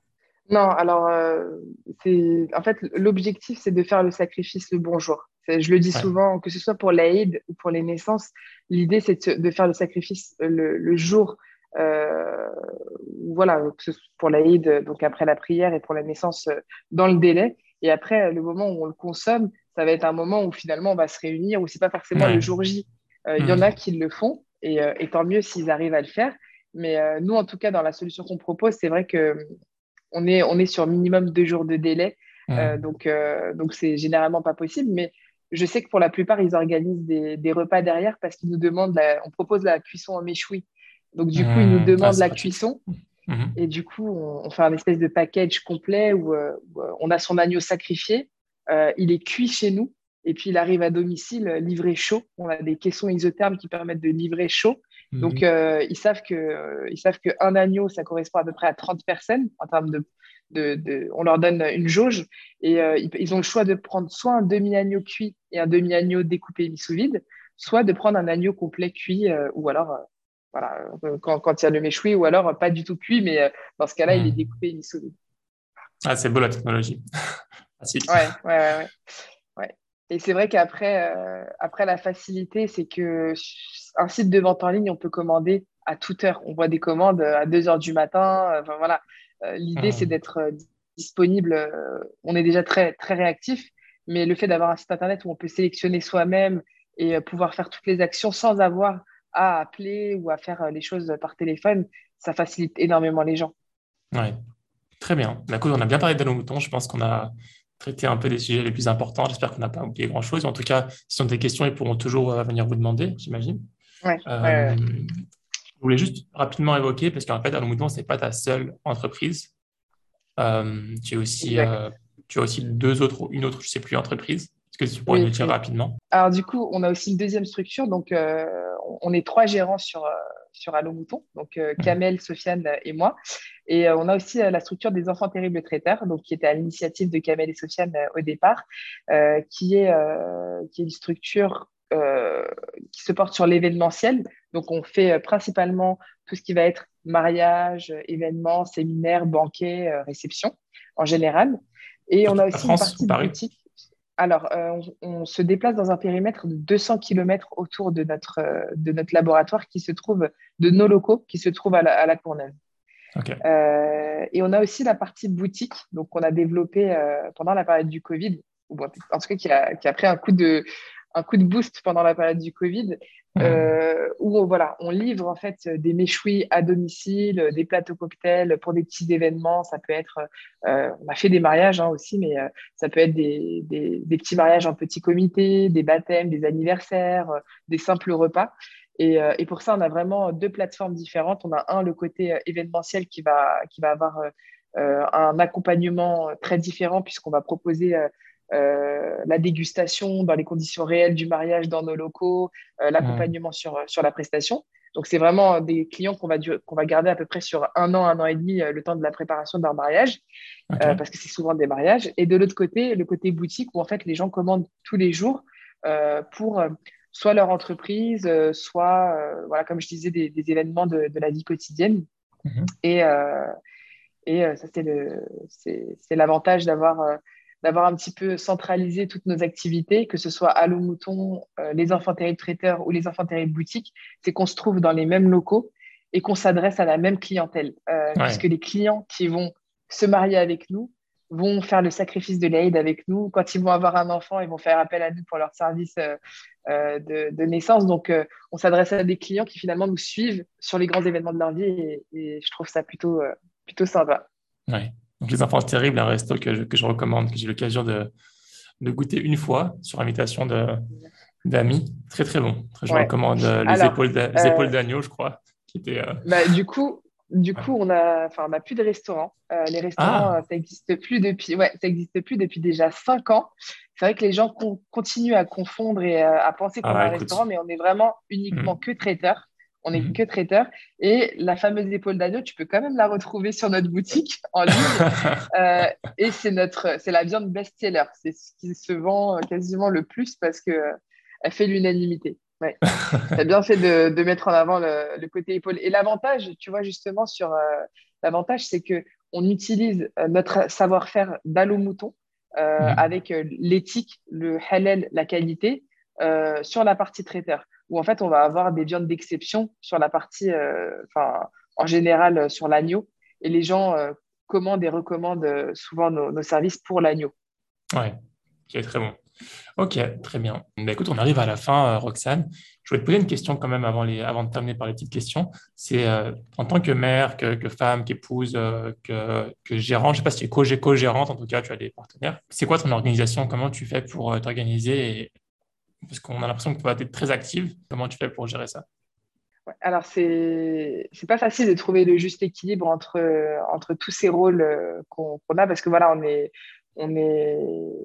Non, alors, euh, c'est, en fait, l'objectif, c'est de faire le sacrifice le bon jour. C'est- Je le dis
Ouais.
souvent, que ce soit pour l'Aïd ou pour les naissances, l'idée, c'est de, se- de faire le sacrifice le, le jour, euh, voilà, que ce soit pour l'Aïd, euh, donc après la prière, et pour la naissance, euh, dans le délai. Et après, le moment où on le consomme, ça va être un moment où finalement on va se réunir, où c'est pas forcément le
Ouais.
jour J. Euh, Il y en a
Mhm.
qui le font, et, euh, et tant mieux s'ils arrivent à le faire. Mais euh, nous, en tout cas, dans la solution qu'on propose, c'est vrai que on est, on est sur minimum deux jours de délai. Euh,
Mhm.
donc, euh, donc c'est généralement pas possible. Mais je sais que pour la plupart, ils organisent des, des repas derrière parce qu'ils nous demandent, la- on propose la cuisson en méchoui. Donc, du coup, ils nous
Mhm. Ah,
demandent
c'est
la
pratique ça.
cuisson.
Mhm.
Et du coup, on, on fait un espèce de package complet où, euh, où, euh, on a son agneau sacrifié. Euh, il est cuit chez nous. Et puis, il arrive à domicile euh, livré chaud. On a des caissons isothermes qui permettent de livrer chaud. Donc,
Mhm.
euh, ils savent que, euh, ils savent qu'un agneau, ça correspond à peu près à trente personnes en termes de, de, de- on leur donne une jauge et euh, ils, ils ont le choix de prendre soit un demi-agneau cuit et un demi-agneau découpé mis sous vide, soit de prendre un agneau complet cuit euh, ou alors, euh, voilà, euh, quand, quand il y a le méchoui, ou alors euh, pas du tout cuit, mais euh, dans ce cas-là, il est
Mhm.
découpé et mis sous vide.
Ah, c'est beau la technologie. Pratique.
Ouais, ouais, ouais, ouais. Ouais. Et c'est vrai qu'après euh, après la facilité, c'est que un site de vente en ligne, on peut commander à toute heure. On voit des commandes euh, à deux heures du matin. euh, Enfin, voilà. Euh, l'idée, c'est
Mhm.
d'être euh, disponible. euh, on est déjà très, très réactif, mais le fait d'avoir un site internet où on peut sélectionner soi-même et euh, pouvoir faire toutes les actions sans avoir à appeler ou à faire euh, les choses par téléphone, ça facilite énormément les gens.
Ouais. Très bien. Bah, écoute, on a bien parlé d'Anneau Mouton. Je pense qu'on a traité un peu des sujets les plus importants. J'espère qu'on n'a pas oublié grand-chose. En tout cas, si on a des questions, ils pourront toujours euh, venir vous demander, j'imagine.
Ouais, ouais,
Euh,
ouais.
je voulais juste rapidement évoquer, parce qu'en fait, Anneau Mouton, c'est pas ta seule entreprise. Euh, tu as aussi,
Exact.
euh, tu as aussi deux autres, une autre, je sais plus, entreprise. Est-ce que tu pourrais nous
Oui,
le dire
oui.
rapidement?
Alors du coup, on a aussi une deuxième structure. Donc, euh, on on est trois gérants sur, euh, sur Allo Mouton, donc euh,
Mhm.
Kamel, Sofiane et moi. Et euh, on a aussi euh, la structure des enfants terribles traiteurs, donc qui était à l'initiative de Kamel et Sofiane euh, au départ, euh, qui est, euh, qui est une structure euh, qui se porte sur l'événementiel. Donc, on fait euh, principalement tout ce qui va être mariage, euh, événements, séminaires, banquets, euh, réceptions en général. Et on
Sur
a
toute la
aussi une
France ou
partie
Paris?
boutique. Alors, euh, on, on se déplace dans un périmètre de deux cents kilomètres autour de notre, euh, de notre laboratoire qui se trouve, de nos locaux qui se trouvent à la, à la Courneuve.
Ok.
Euh, et on a aussi la partie boutique, donc on a développé euh, pendant la période du Covid, ou bon, en tout cas qui a, qui a pris un coup de, un coup de boost pendant la période du Covid,
Mhm.
euh, où voilà, on livre en fait des méchouis à domicile, des plateaux cocktails pour des petits événements. Ça peut être, euh, on a fait des mariages hein, aussi, mais euh, ça peut être des, des, des petits mariages en petit comité, des baptêmes, des anniversaires, euh, des simples repas. Et, euh, et pour ça, on a vraiment deux plateformes différentes. On a un, le côté euh, événementiel qui va, qui va avoir euh, euh, un accompagnement très différent puisqu'on va proposer euh, euh, la dégustation dans les conditions réelles du mariage dans nos locaux, euh,
Mhm.
l'accompagnement sur, sur la prestation. Donc, c'est vraiment des clients qu'on va, du- qu'on va garder à peu près sur un an, un an et demi, euh, le temps de la préparation de leur mariage, euh,
OK.
parce que c'est souvent des mariages. Et de l'autre côté, le côté boutique où en fait les gens commandent tous les jours euh, pour euh, soit leur entreprise, euh, soit, euh, voilà, comme je disais, des, des événements de, de la vie quotidienne.
Mhm.
Et, euh, et euh, ça, c'est le, c'est, c'est l'avantage d'avoir euh, d'avoir un petit peu centralisé toutes nos activités, que ce soit Allô Mouton, euh, les enfants terribles traiteurs ou les enfants terribles boutiques, c'est qu'on se trouve dans les mêmes locaux et qu'on s'adresse à la même clientèle, euh, puisque
Ouais.
les clients qui vont se marier avec nous vont faire le sacrifice de l'Aïd avec nous. Quand ils vont avoir un enfant, ils vont faire appel à nous pour leur service euh, euh, de, de naissance. Donc, euh, on s'adresse à des clients qui finalement nous suivent sur les grands événements de leur vie et, et je trouve ça plutôt, euh, plutôt sympa.
Ouais. Donc, Les Enfants Terribles, un resto que je, que je recommande, que j'ai eu l'occasion de, de goûter une fois sur invitation de, d'amis. Très, très bon. Très, je
Ouais.
recommande euh, les
Alors,
épaules, d'a- les épaules
euh,
d'agneau, je crois, qui étaient. euh,
bah, du coup, du
ouais.
coup, on a, enfin, on n'a plus de restaurants. Euh, les restaurants, euh,
Ah!
ça n'existe plus depuis, ouais, ça existe plus depuis déjà cinq ans. C'est vrai que les gens con- continuent à confondre et euh, à penser qu'on a
Ah,
un restaurant,
écoute.
mais on est vraiment uniquement
Mhm.
que traiteur. On est que
Mhm.
traiteur. Et la fameuse épaule d'agneau, tu peux quand même la retrouver sur notre boutique en ligne. Euh, et c'est notre, c'est la viande best-seller. C'est ce qui se vend euh, quasiment le plus parce que euh, elle fait l'unanimité. Ouais. Tu as bien fait de, de mettre en avant le, le côté épaule. Et l'avantage, tu vois, justement, sur euh, l'avantage, c'est que on utilise euh, notre savoir-faire d'Allo Mouton euh,
Mhm.
avec euh, l'éthique, le halal, la qualité euh, sur la partie traiteur, où en fait, on va avoir des viandes d'exception sur la partie, euh, enfin, en général, euh, sur l'agneau. Et les gens euh, commandent et recommandent euh, souvent nos, nos services pour l'agneau.
Ouais, qui est très bon. Ok, très bien. Bah, écoute, on arrive à la fin, euh, Roxane. Je voulais te poser une question quand même avant, les, avant de terminer par les petites questions. C'est euh, en tant que mère, que, que femme, qu'épouse, euh, que, que gérante, je ne sais pas si tu es co- co-gérante, en tout cas, tu as des partenaires. C'est quoi ton organisation? Comment tu fais pour euh, t'organiser et- Parce qu'on a l'impression que tu vas être très active. Comment tu fais pour gérer ça?
Ouais, alors, c'est c'est pas facile de trouver le juste équilibre entre, euh, entre tous ces rôles euh, qu'on qu'on a parce que voilà, on est, on est,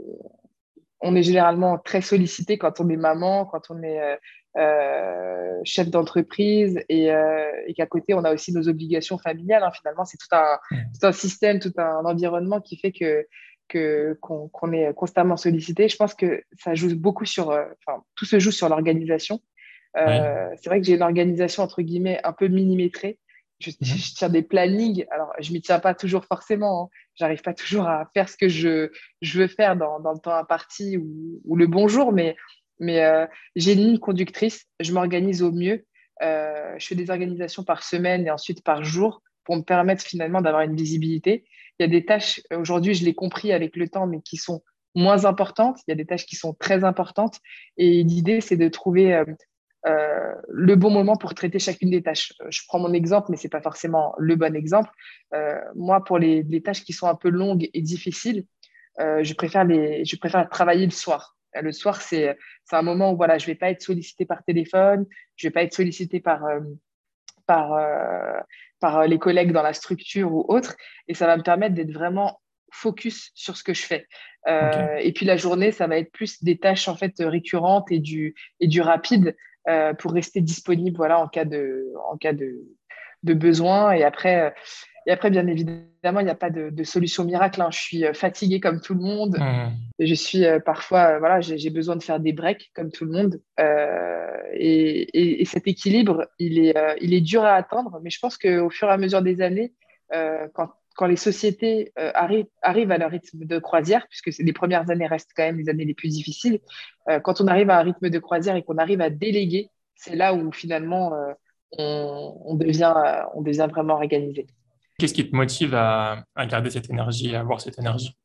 on est généralement très sollicité quand on est maman, quand on est euh, euh, chef d'entreprise et, euh, et qu'à côté, on a aussi nos obligations familiales, hein. Finalement, c'est tout un,
Hmm.
tout un système, tout un environnement qui fait que, que, qu'on, qu'on est constamment sollicité. Je pense que ça joue beaucoup sur, euh, enfin, tout se joue sur l'organisation.
Oui.
Euh, c'est vrai que j'ai une organisation entre guillemets un peu millimétrée. Je,
Mhm.
je tiens des plannings. Alors, je m'y tiens pas toujours forcément, hein. J'arrive pas toujours à faire ce que je, je veux faire dans, dans le temps imparti ou, ou le bon jour, mais, mais euh, j'ai une ligne conductrice. Je m'organise au mieux. Euh, je fais des organisations par semaine et ensuite par jour pour me permettre finalement d'avoir une visibilité. Il y a des tâches, euh, aujourd'hui, je l'ai compris avec le temps, mais qui sont moins importantes. Il y a des tâches qui sont très importantes. Et l'idée, c'est de trouver euh, euh, le bon moment pour traiter chacune des tâches. Euh, Je prends mon exemple, mais c'est pas forcément le bon exemple. Euh, moi, pour les, les tâches qui sont un peu longues et difficiles, euh, je préfère les, je préfère travailler le soir. Euh, Le soir, c'est, c'est un moment où voilà, je vais pas être sollicité par téléphone, je vais pas être sollicité par, euh, par, euh, par les collègues dans la structure ou autre, et ça va me permettre d'être vraiment focus sur ce que je fais.
Ok.
Euh, et puis la journée, ça va être plus des tâches en fait récurrentes et du, et du rapide euh, pour rester disponible voilà, en cas de, en cas de, de besoin. Et après, euh, et après, bien évidemment, il n'y a pas de, de solution miracle, hein. Je suis euh, fatiguée comme tout le monde.
Mhm.
Je suis euh, parfois, euh, voilà, j'ai j'ai besoin de faire des breaks comme tout le monde. Euh, et, et- et cet équilibre, il est, euh, il est dur à atteindre, mais je pense qu'au fur et à mesure des années, euh, quand, quand les sociétés euh, arrivent, arrivent à leur rythme de croisière, puisque c'est- les premières années restent quand même les années les plus difficiles, euh, quand on arrive à un rythme de croisière et qu'on arrive à déléguer, c'est là où finalement euh, on, on devient, euh, on devient vraiment organisé.
Qu'est-ce qui te motive à, à garder cette énergie, à avoir cette énergie?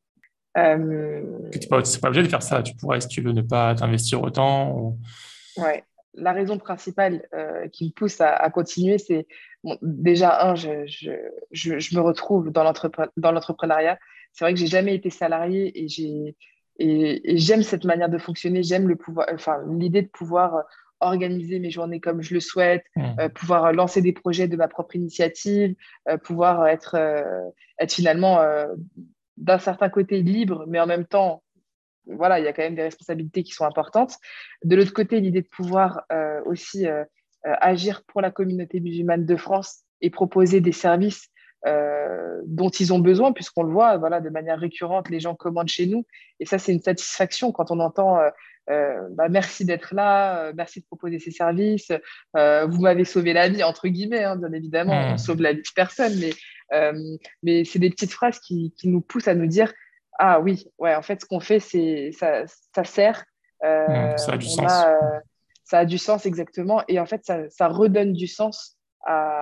Euh,
Que tu n'es pas, c'est pas obligé de faire ça. Tu pourrais, si tu veux, ne pas t'investir autant. Ou...
ouais. La raison principale euh, qui me pousse à, à continuer, c'est bon, déjà, un, je, je, je, je me retrouve dans l'entrepre- dans l'entrepreneuriat. C'est vrai que j'ai jamais été salarié et j'ai et, et j'aime cette manière de fonctionner. J'aime le pouvoir, enfin, l'idée de pouvoir organiser mes journées comme je le souhaite, euh,
Hmm.
pouvoir lancer des projets de ma propre initiative, euh, pouvoir être, euh, être finalement euh, d'un certain côté libre, mais en même temps voilà, il y a quand même des responsabilités qui sont importantes. De l'autre côté, l'idée de pouvoir euh, aussi euh, euh, agir pour la communauté musulmane de France et proposer des services euh, dont ils ont besoin, puisqu'on le voit, voilà, de manière récurrente, les gens commandent chez nous. Et ça, c'est une satisfaction quand on entend euh, euh, bah, merci d'être là, euh, merci de proposer ces services, euh, vous m'avez sauvé la vie, entre guillemets, hein, bien évidemment, on
Hmm.
sauve la vie de personne, mais, euh, mais c'est des petites phrases qui, qui nous poussent à nous dire ah oui, ouais, en fait, ce qu'on fait, c'est ça, ça sert.
Hmm.
Euh,
Ça a du
on a,
sens.
euh, ça a du sens exactement, et en fait, ça, ça redonne du sens à,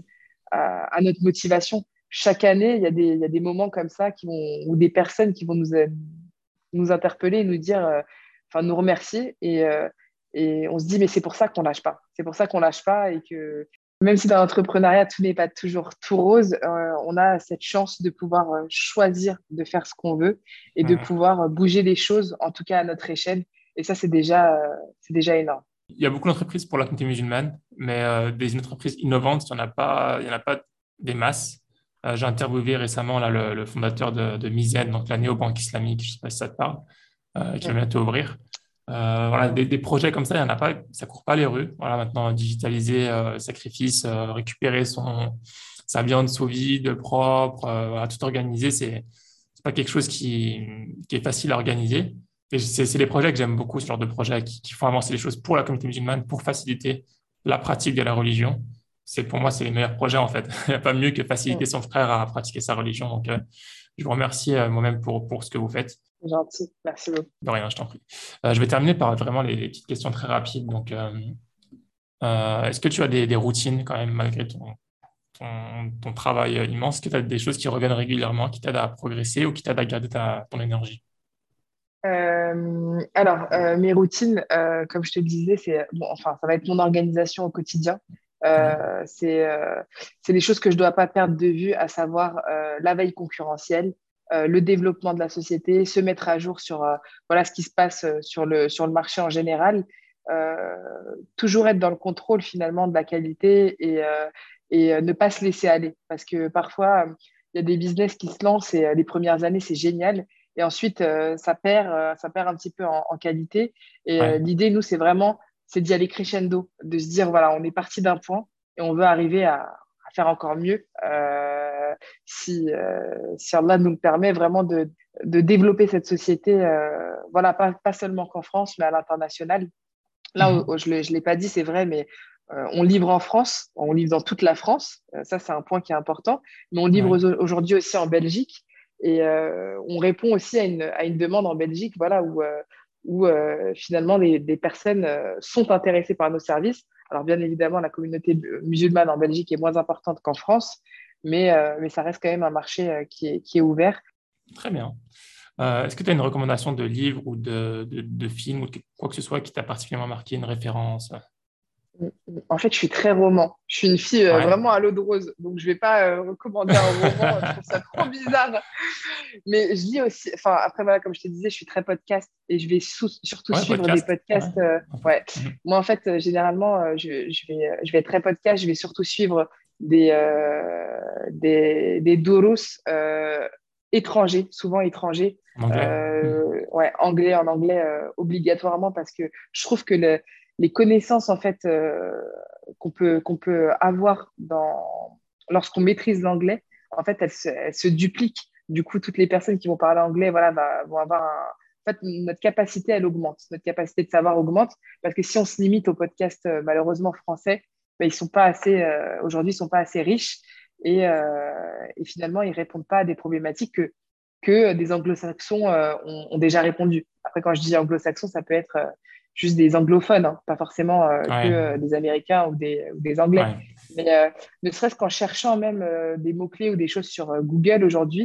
à, à notre motivation. Chaque année, il y a des, il y a des moments comme ça qui vont, ou des personnes qui vont nous, euh, nous interpeller et nous dire, euh, enfin, nous remercier, et, euh, et on se dit, mais c'est pour ça qu'on lâche pas. C'est pour ça qu'on lâche pas et que même si dans l'entrepreneuriat, tout n'est pas toujours tout rose, euh, on a cette chance de pouvoir euh, choisir de faire ce qu'on veut et de
Hmm.
pouvoir euh, bouger les choses, en tout cas à notre échelle. Et ça, c'est déjà, euh, c'est déjà énorme.
Il y a beaucoup d'entreprises pour la communauté musulmane, mais euh, des entreprises innovantes, il n'y en a pas, il y en a pas des masses. Euh, j'ai interviewé récemment là, le, le fondateur de, de Mizen, donc la néobanque islamique, je ne sais pas si ça te parle, euh, qui va
Mm.
bientôt ouvrir. Euh, voilà, des, des projets comme ça, il y en a pas, ça court pas les rues. Voilà, maintenant, digitaliser, euh, sacrifice, euh, récupérer son, sa viande sous vide, propre, euh, voilà, tout organiser, c'est, c'est pas quelque chose qui, qui est facile à organiser. Et c'est c'est des projets que j'aime beaucoup, ce genre de projets qui, qui font avancer les choses pour la communauté musulmane, pour faciliter la pratique de la religion. C'est pour moi, c'est les meilleurs projets en fait. Il n'y a pas mieux que
Mm.
faciliter son frère à pratiquer sa religion. Donc, euh, je vous remercie euh, moi-même pour, pour ce que vous faites.
C'est gentil. Merci beaucoup.
De rien, je t'en prie. Euh, je vais terminer par vraiment les, les petites questions très rapides. Donc, euh, euh, est-ce que tu as des, des routines quand même malgré ton, ton, ton travail euh, immense? Est-ce que tu as des choses qui reviennent régulièrement, qui t'aident à progresser ou qui t'aident à garder ta, ton énergie?
Euh, alors, euh, mes routines, euh, comme je te le disais, c'est bon, enfin, ça va être mon organisation au quotidien.
Ouais.
Euh, c'est euh, c'est des choses que je dois pas perdre de vue, à savoir euh, la veille concurrentielle, euh, le développement de la société, se mettre à jour sur euh, voilà ce qui se passe euh, sur le sur le marché en général, euh, toujours être dans le contrôle finalement de la qualité et euh, et euh, ne pas se laisser aller, parce que parfois il y a des business qui se lancent et euh, les premières années c'est génial. Et ensuite, euh, ça perd, euh, ça perd un petit peu en, en qualité. Et euh,
Ouais.
l'idée, nous, c'est vraiment, c'est d'y aller crescendo, de se dire, voilà, on est parti d'un point et on veut arriver à, à faire encore mieux euh, si, euh, si Allah nous le permet vraiment de, de développer cette société, euh, voilà, pas, pas seulement qu'en France, mais à l'international. Là, où- où
Mhm.
je ne l'ai pas dit, c'est vrai, mais euh, on livre en France, on livre dans toute la France. Euh, ça, c'est un point qui est important. Mais on livre
Ouais.
au- aujourd'hui aussi en Belgique. Et euh, on répond aussi à une, à une demande en Belgique, voilà, où, euh, où euh, finalement des, des personnes euh, sont intéressées par nos services. Alors, bien évidemment, la communauté musulmane en Belgique est moins importante qu'en France, mais, euh, mais ça reste quand même un marché euh, qui est, qui est ouvert.
Très bien. Euh, est-ce que tu as une recommandation de livre ou de, de, de film ou de quoi que ce soit qui t'a particulièrement marqué, une référence?
En fait, je suis très roman. Je suis une fille euh,
Ouais.
vraiment à l'eau de rose. Donc, je vais pas euh, recommander un roman. Je trouve ça trop bizarre. Mais je lis aussi. Enfin, après, voilà, comme je te disais, je suis très podcast et je vais sou- surtout
Ouais,
suivre des
podcast. Ouais.
podcasts. euh,
Un peu.
ouais.
Mhm.
Moi, en fait, euh, généralement, euh, je, je vais, je vais être très podcast. Je vais surtout suivre des, euh, des, des douros euh, étrangers, souvent étrangers.
En anglais. Mhm.
Euh, ouais, anglais, en anglais, euh, obligatoirement, parce que je trouve que le, les connaissances, en fait, euh, qu'on peut, qu'on peut avoir dans, lorsqu'on maîtrise l'anglais, en fait, elles se, elles se dupliquent. Du coup, toutes les personnes qui vont parler anglais, voilà, va- vont avoir un... En fait, notre capacité, elle augmente. Notre capacité de savoir augmente. Parce que si on se limite au podcast, euh, malheureusement, français, ben, ils sont pas assez, euh, aujourd'hui, ils sont pas assez riches. Et, euh, et finalement, ils répondent pas à des problématiques que, que des anglo-saxons euh, ont, ont déjà répondu. Après, quand je dis anglo-saxons, ça peut être euh, juste des anglophones, hein, pas forcément euh, que
Ouais.
euh, des Américains ou des, ou des Anglais.
Ouais.
Mais euh, ne serait-ce qu'en cherchant même euh, des mots-clés ou des choses sur euh, Google aujourd'hui,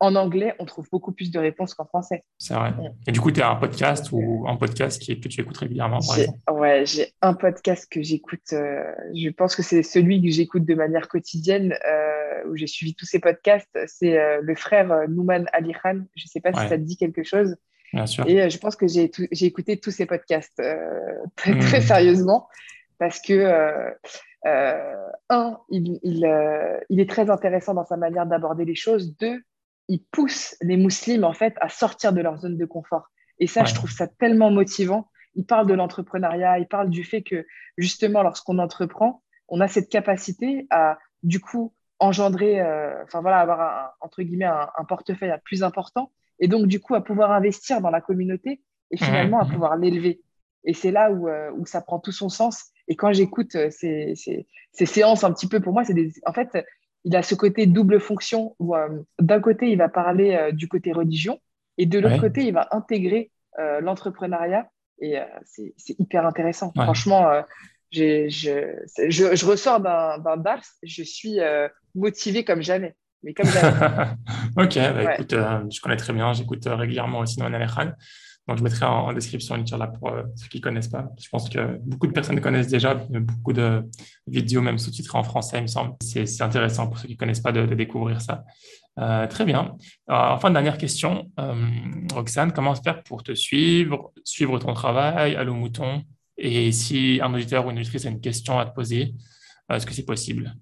en anglais, on trouve beaucoup plus de réponses qu'en français.
C'est vrai.
Mm.
Et du coup, tu as un podcast
Donc, euh,
ou un podcast qui, que tu écoutes régulièrement, par
j'ai,
exemple?
ouais, j'ai un podcast que j'écoute, euh, je pense que c'est celui que j'écoute de manière quotidienne, euh, où j'ai suivi tous ces podcasts. C'est euh, le frère euh, Nouman Ali Khan. Je ne sais pas si ça
Ouais,
te dit quelque chose.
bien sûr.
Et euh, je pense que j'ai tout- j'ai écouté tous ces podcasts euh, très, très
Hmm.
sérieusement parce que, euh, euh, un, il, il, euh, il est très intéressant dans sa manière d'aborder les choses. Deux, il pousse les musulmans en fait à sortir de leur zone de confort. Et ça, je
Ouais,
trouve ça tellement motivant. Il parle de l'entrepreneuriat, il parle du fait que justement, lorsqu'on entreprend, on a cette capacité à, du coup, engendrer, euh, enfin voilà, avoir un, entre guillemets un, un portefeuille plus important et donc du coup à pouvoir investir dans la communauté et
Mhm,
finalement à
mhm.
pouvoir l'élever. Et c'est là où, euh, où ça prend tout son sens. Et quand j'écoute euh, ces, ces, ces séances un petit peu, pour moi, c'est des... En fait, il a ce côté double fonction où euh, d'un côté, il va parler euh, du côté religion et de l'autre
Ouais,
côté, il va intégrer euh, l'entrepreneuriat. Et euh, c'est c'est hyper intéressant.
ouais.
Franchement, euh, j'ai- je, c'est- je, je ressors d'un d'un dars, je suis euh, motivée comme jamais, mais comme jamais.
Ok, bah
Ouais.
écoute, euh, je connais très bien, j'écoute euh, régulièrement aussi dans Khan. Donc je mettrai en, en description une là pour euh, ceux qui ne connaissent pas. Je pense que beaucoup de personnes connaissent déjà, mais beaucoup de vidéos même sous-titrées en français, il me semble. C'est c'est intéressant pour ceux qui ne connaissent pas de, de découvrir ça. Euh, très bien. Alors, enfin, dernière question. Euh, Roxane, comment faire pour te suivre, suivre ton travail, Allo Mouton? Et si un auditeur ou une auditrice a une question à te poser, euh, est-ce que c'est possible?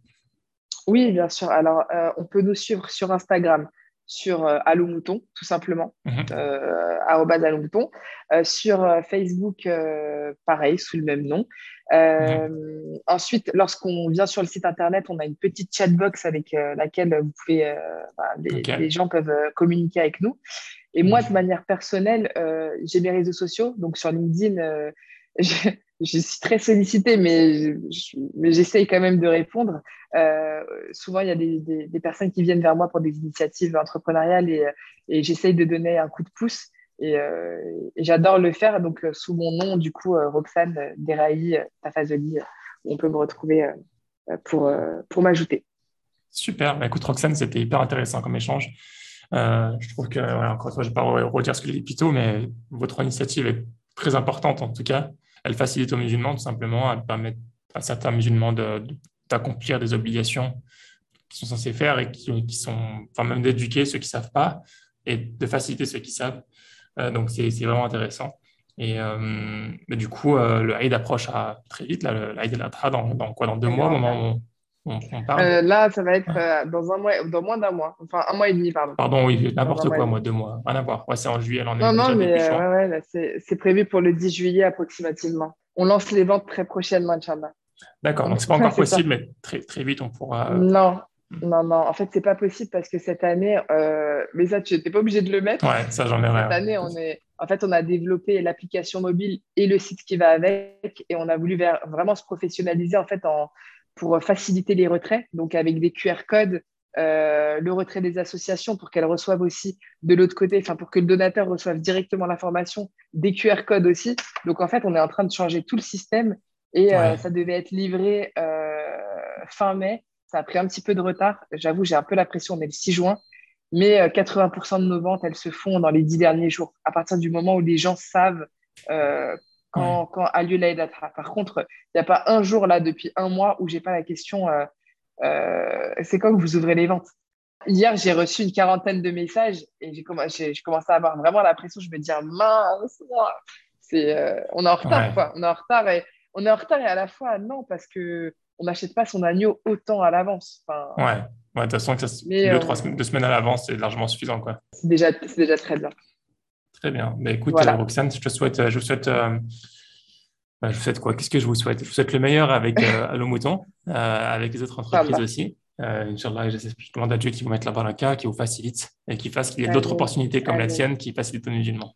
Oui, bien sûr. Alors, euh, on peut nous suivre sur Instagram, sur euh, Allo Mouton, tout simplement,
Mhm,
euh, arobase Allo Mouton. Euh, sur euh, Facebook, euh, pareil, sous le même nom. Euh,
mhm.
ensuite, lorsqu'on vient sur le site internet, on a une petite chatbox avec euh, laquelle vous pouvez, euh, bah, les,
Ok.
les gens peuvent euh, communiquer avec nous. Et moi, de
Mhm.
manière personnelle, euh, j'ai mes réseaux sociaux. Donc, sur LinkedIn, euh, je, je suis très sollicitée, mais je- mais j'essaye quand même de répondre. Euh, souvent, il y a des, des- des personnes qui viennent vers moi pour des initiatives entrepreneuriales et, et j'essaye de donner un coup de pouce. Et, euh, et j'adore le faire. Donc, euh, sous mon nom, du coup, euh, Roxane Derailly euh, Tafazoli, euh, on peut me retrouver euh, pour, euh, pour m'ajouter.
Super. Bah, écoute, Roxane, c'était hyper intéressant comme échange. Euh, je trouve que, voilà, encore une fois, je ne vais pas re- redire ce que j'ai dit plus tôt, mais votre initiative est très importante en tout cas. Elle facilite aux musulmans tout simplement, elle permet à certains musulmans de, de- d'accomplir des obligations qu'ils sont censés faire et qui, qui sont, enfin même d'éduquer ceux qui ne savent pas et de faciliter ceux qui savent. Euh, donc c'est c'est vraiment intéressant. Et euh, mais du coup, euh, le Eid approche à, très vite, là, le l'Eid al-Adha, dans, dans quoi, dans deux
Très
mois, au
grave.
moment où on, on- on parle.
Euh, là, ça va être
Ouais.
euh, dans un mois, dans moins d'un mois. Enfin, un mois et demi, pardon.
Pardon, oui,
Dans un
n'importe
mois et
quoi, moi,
demi.
deux mois, rien à voir. Ouais, c'est en juillet, là, on est
Non, non,
déjà
mais
début
euh,
juin.
ouais, ouais, là, c'est c'est prévu pour le dix juillet approximativement. On lance les ventes très prochainement, Inch'Allah.
D'accord,
Mm.
donc c'est pas
Ouais,
encore
c'est ça.
possible, mais très, très vite, on pourra. euh,
Non,
hmm.
non, non. En fait, c'est pas possible parce que cette année, euh, mais ça, tu n'étais pas obligé de le mettre.
Ouais, ça, j'en ai
Cette
rien.
année, on est, en fait, on a développé l'application mobile et le site qui va avec, et on a voulu ver- vraiment se professionnaliser en fait en, pour faciliter les retraits, donc avec des Q R codes, euh, le retrait des associations pour qu'elles reçoivent aussi de l'autre côté, enfin pour que le donateur reçoive directement l'information, des Q R codes aussi. Donc en fait, on est en train de changer tout le système et euh,
Ouais,
ça devait être livré euh, fin mai. Ça a pris un petit peu de retard. J'avoue, j'ai un peu la pression. On est le six juin. Mais euh, quatre-vingts pour cent de nos ventes, elles se font dans les dix derniers jours, à partir du moment où les gens savent euh,
ouais,
quand, quand a lieu l'Aïd al-Adha. Par contre, il n'y a pas un jour là depuis un mois où j'ai pas la question euh, euh, c'est quand que vous ouvrez les ventes? Hier, j'ai reçu une quarantaine de messages et j'ai commencé, j'ai, j'ai commencé à avoir vraiment la pression. Je me dis, ah, mince, c'est, euh, on est en retard,
ouais,
quoi. On est en retard et on est en retard et à la fois non parce que on n'achète pas son agneau autant à l'avance. Enfin,
ouais. Ouais, de toute façon, que ça,
mais
deux, trois
on-
semaines, deux semaines à l'avance, c'est largement suffisant, quoi.
c'est déjà, c'est déjà très bien.
Très bien. Mais écoute, euh,
Voilà.
Roxane, je te souhaite, euh, je vous souhaite, euh, bah, je vous souhaite quoi? Qu'est-ce que je vous souhaite? Je vous souhaite le meilleur avec euh, Allo Mouton, euh, avec les autres entreprises
Inch'Allah.
aussi. Euh, Inch'Allah, j'espère- je demande à Dieu qui vous mette la baraka, qui vous facilite et qui fasse qu'il y ait d'autres
Amin.
opportunités comme la
Amin.
tienne qui facilitent aux musulmans.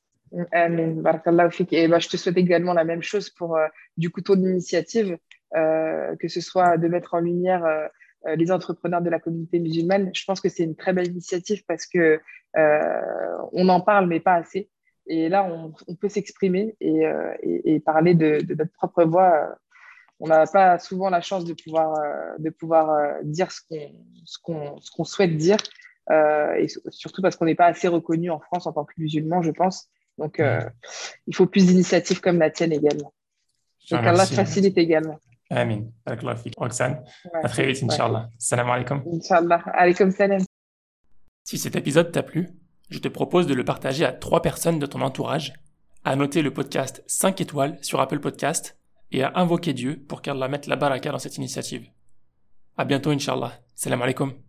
Amin. Barakallahu fik. Et bah, je te souhaite également la même chose pour euh, du couteau d'initiative, euh, que ce soit de mettre en lumière euh, euh, les entrepreneurs de la communauté musulmane. Je pense que c'est une très belle initiative parce que euh, on en parle, mais pas assez. Et là, on, on peut s'exprimer et, euh, et, et parler de, de notre propre voix. On n'a pas souvent la chance de pouvoir, euh, de pouvoir euh, dire ce qu'on, ce qu'on, ce qu'on souhaite dire. euh, et surtout parce qu'on n'est pas assez reconnu en France en tant que musulman, je pense. Donc, euh,
Mhm.
il faut plus d'initiatives comme la tienne également.
Je te
Donc, Allah te
remercie.
facilite également.
Amin. Barakallahu fik. Roxane, à
Ouais,
très vite,
ouais.
Inch'Allah. Salam alaikum.
Inch'Allah. Alaykoum salam.
Si cet épisode t'a plu, je te propose de le partager à trois personnes de ton entourage, à noter le podcast cinq étoiles sur Apple Podcast et à invoquer Dieu pour qu'Allah mette la baraka dans cette initiative. À bientôt, Inch'Allah. Salam alaikum.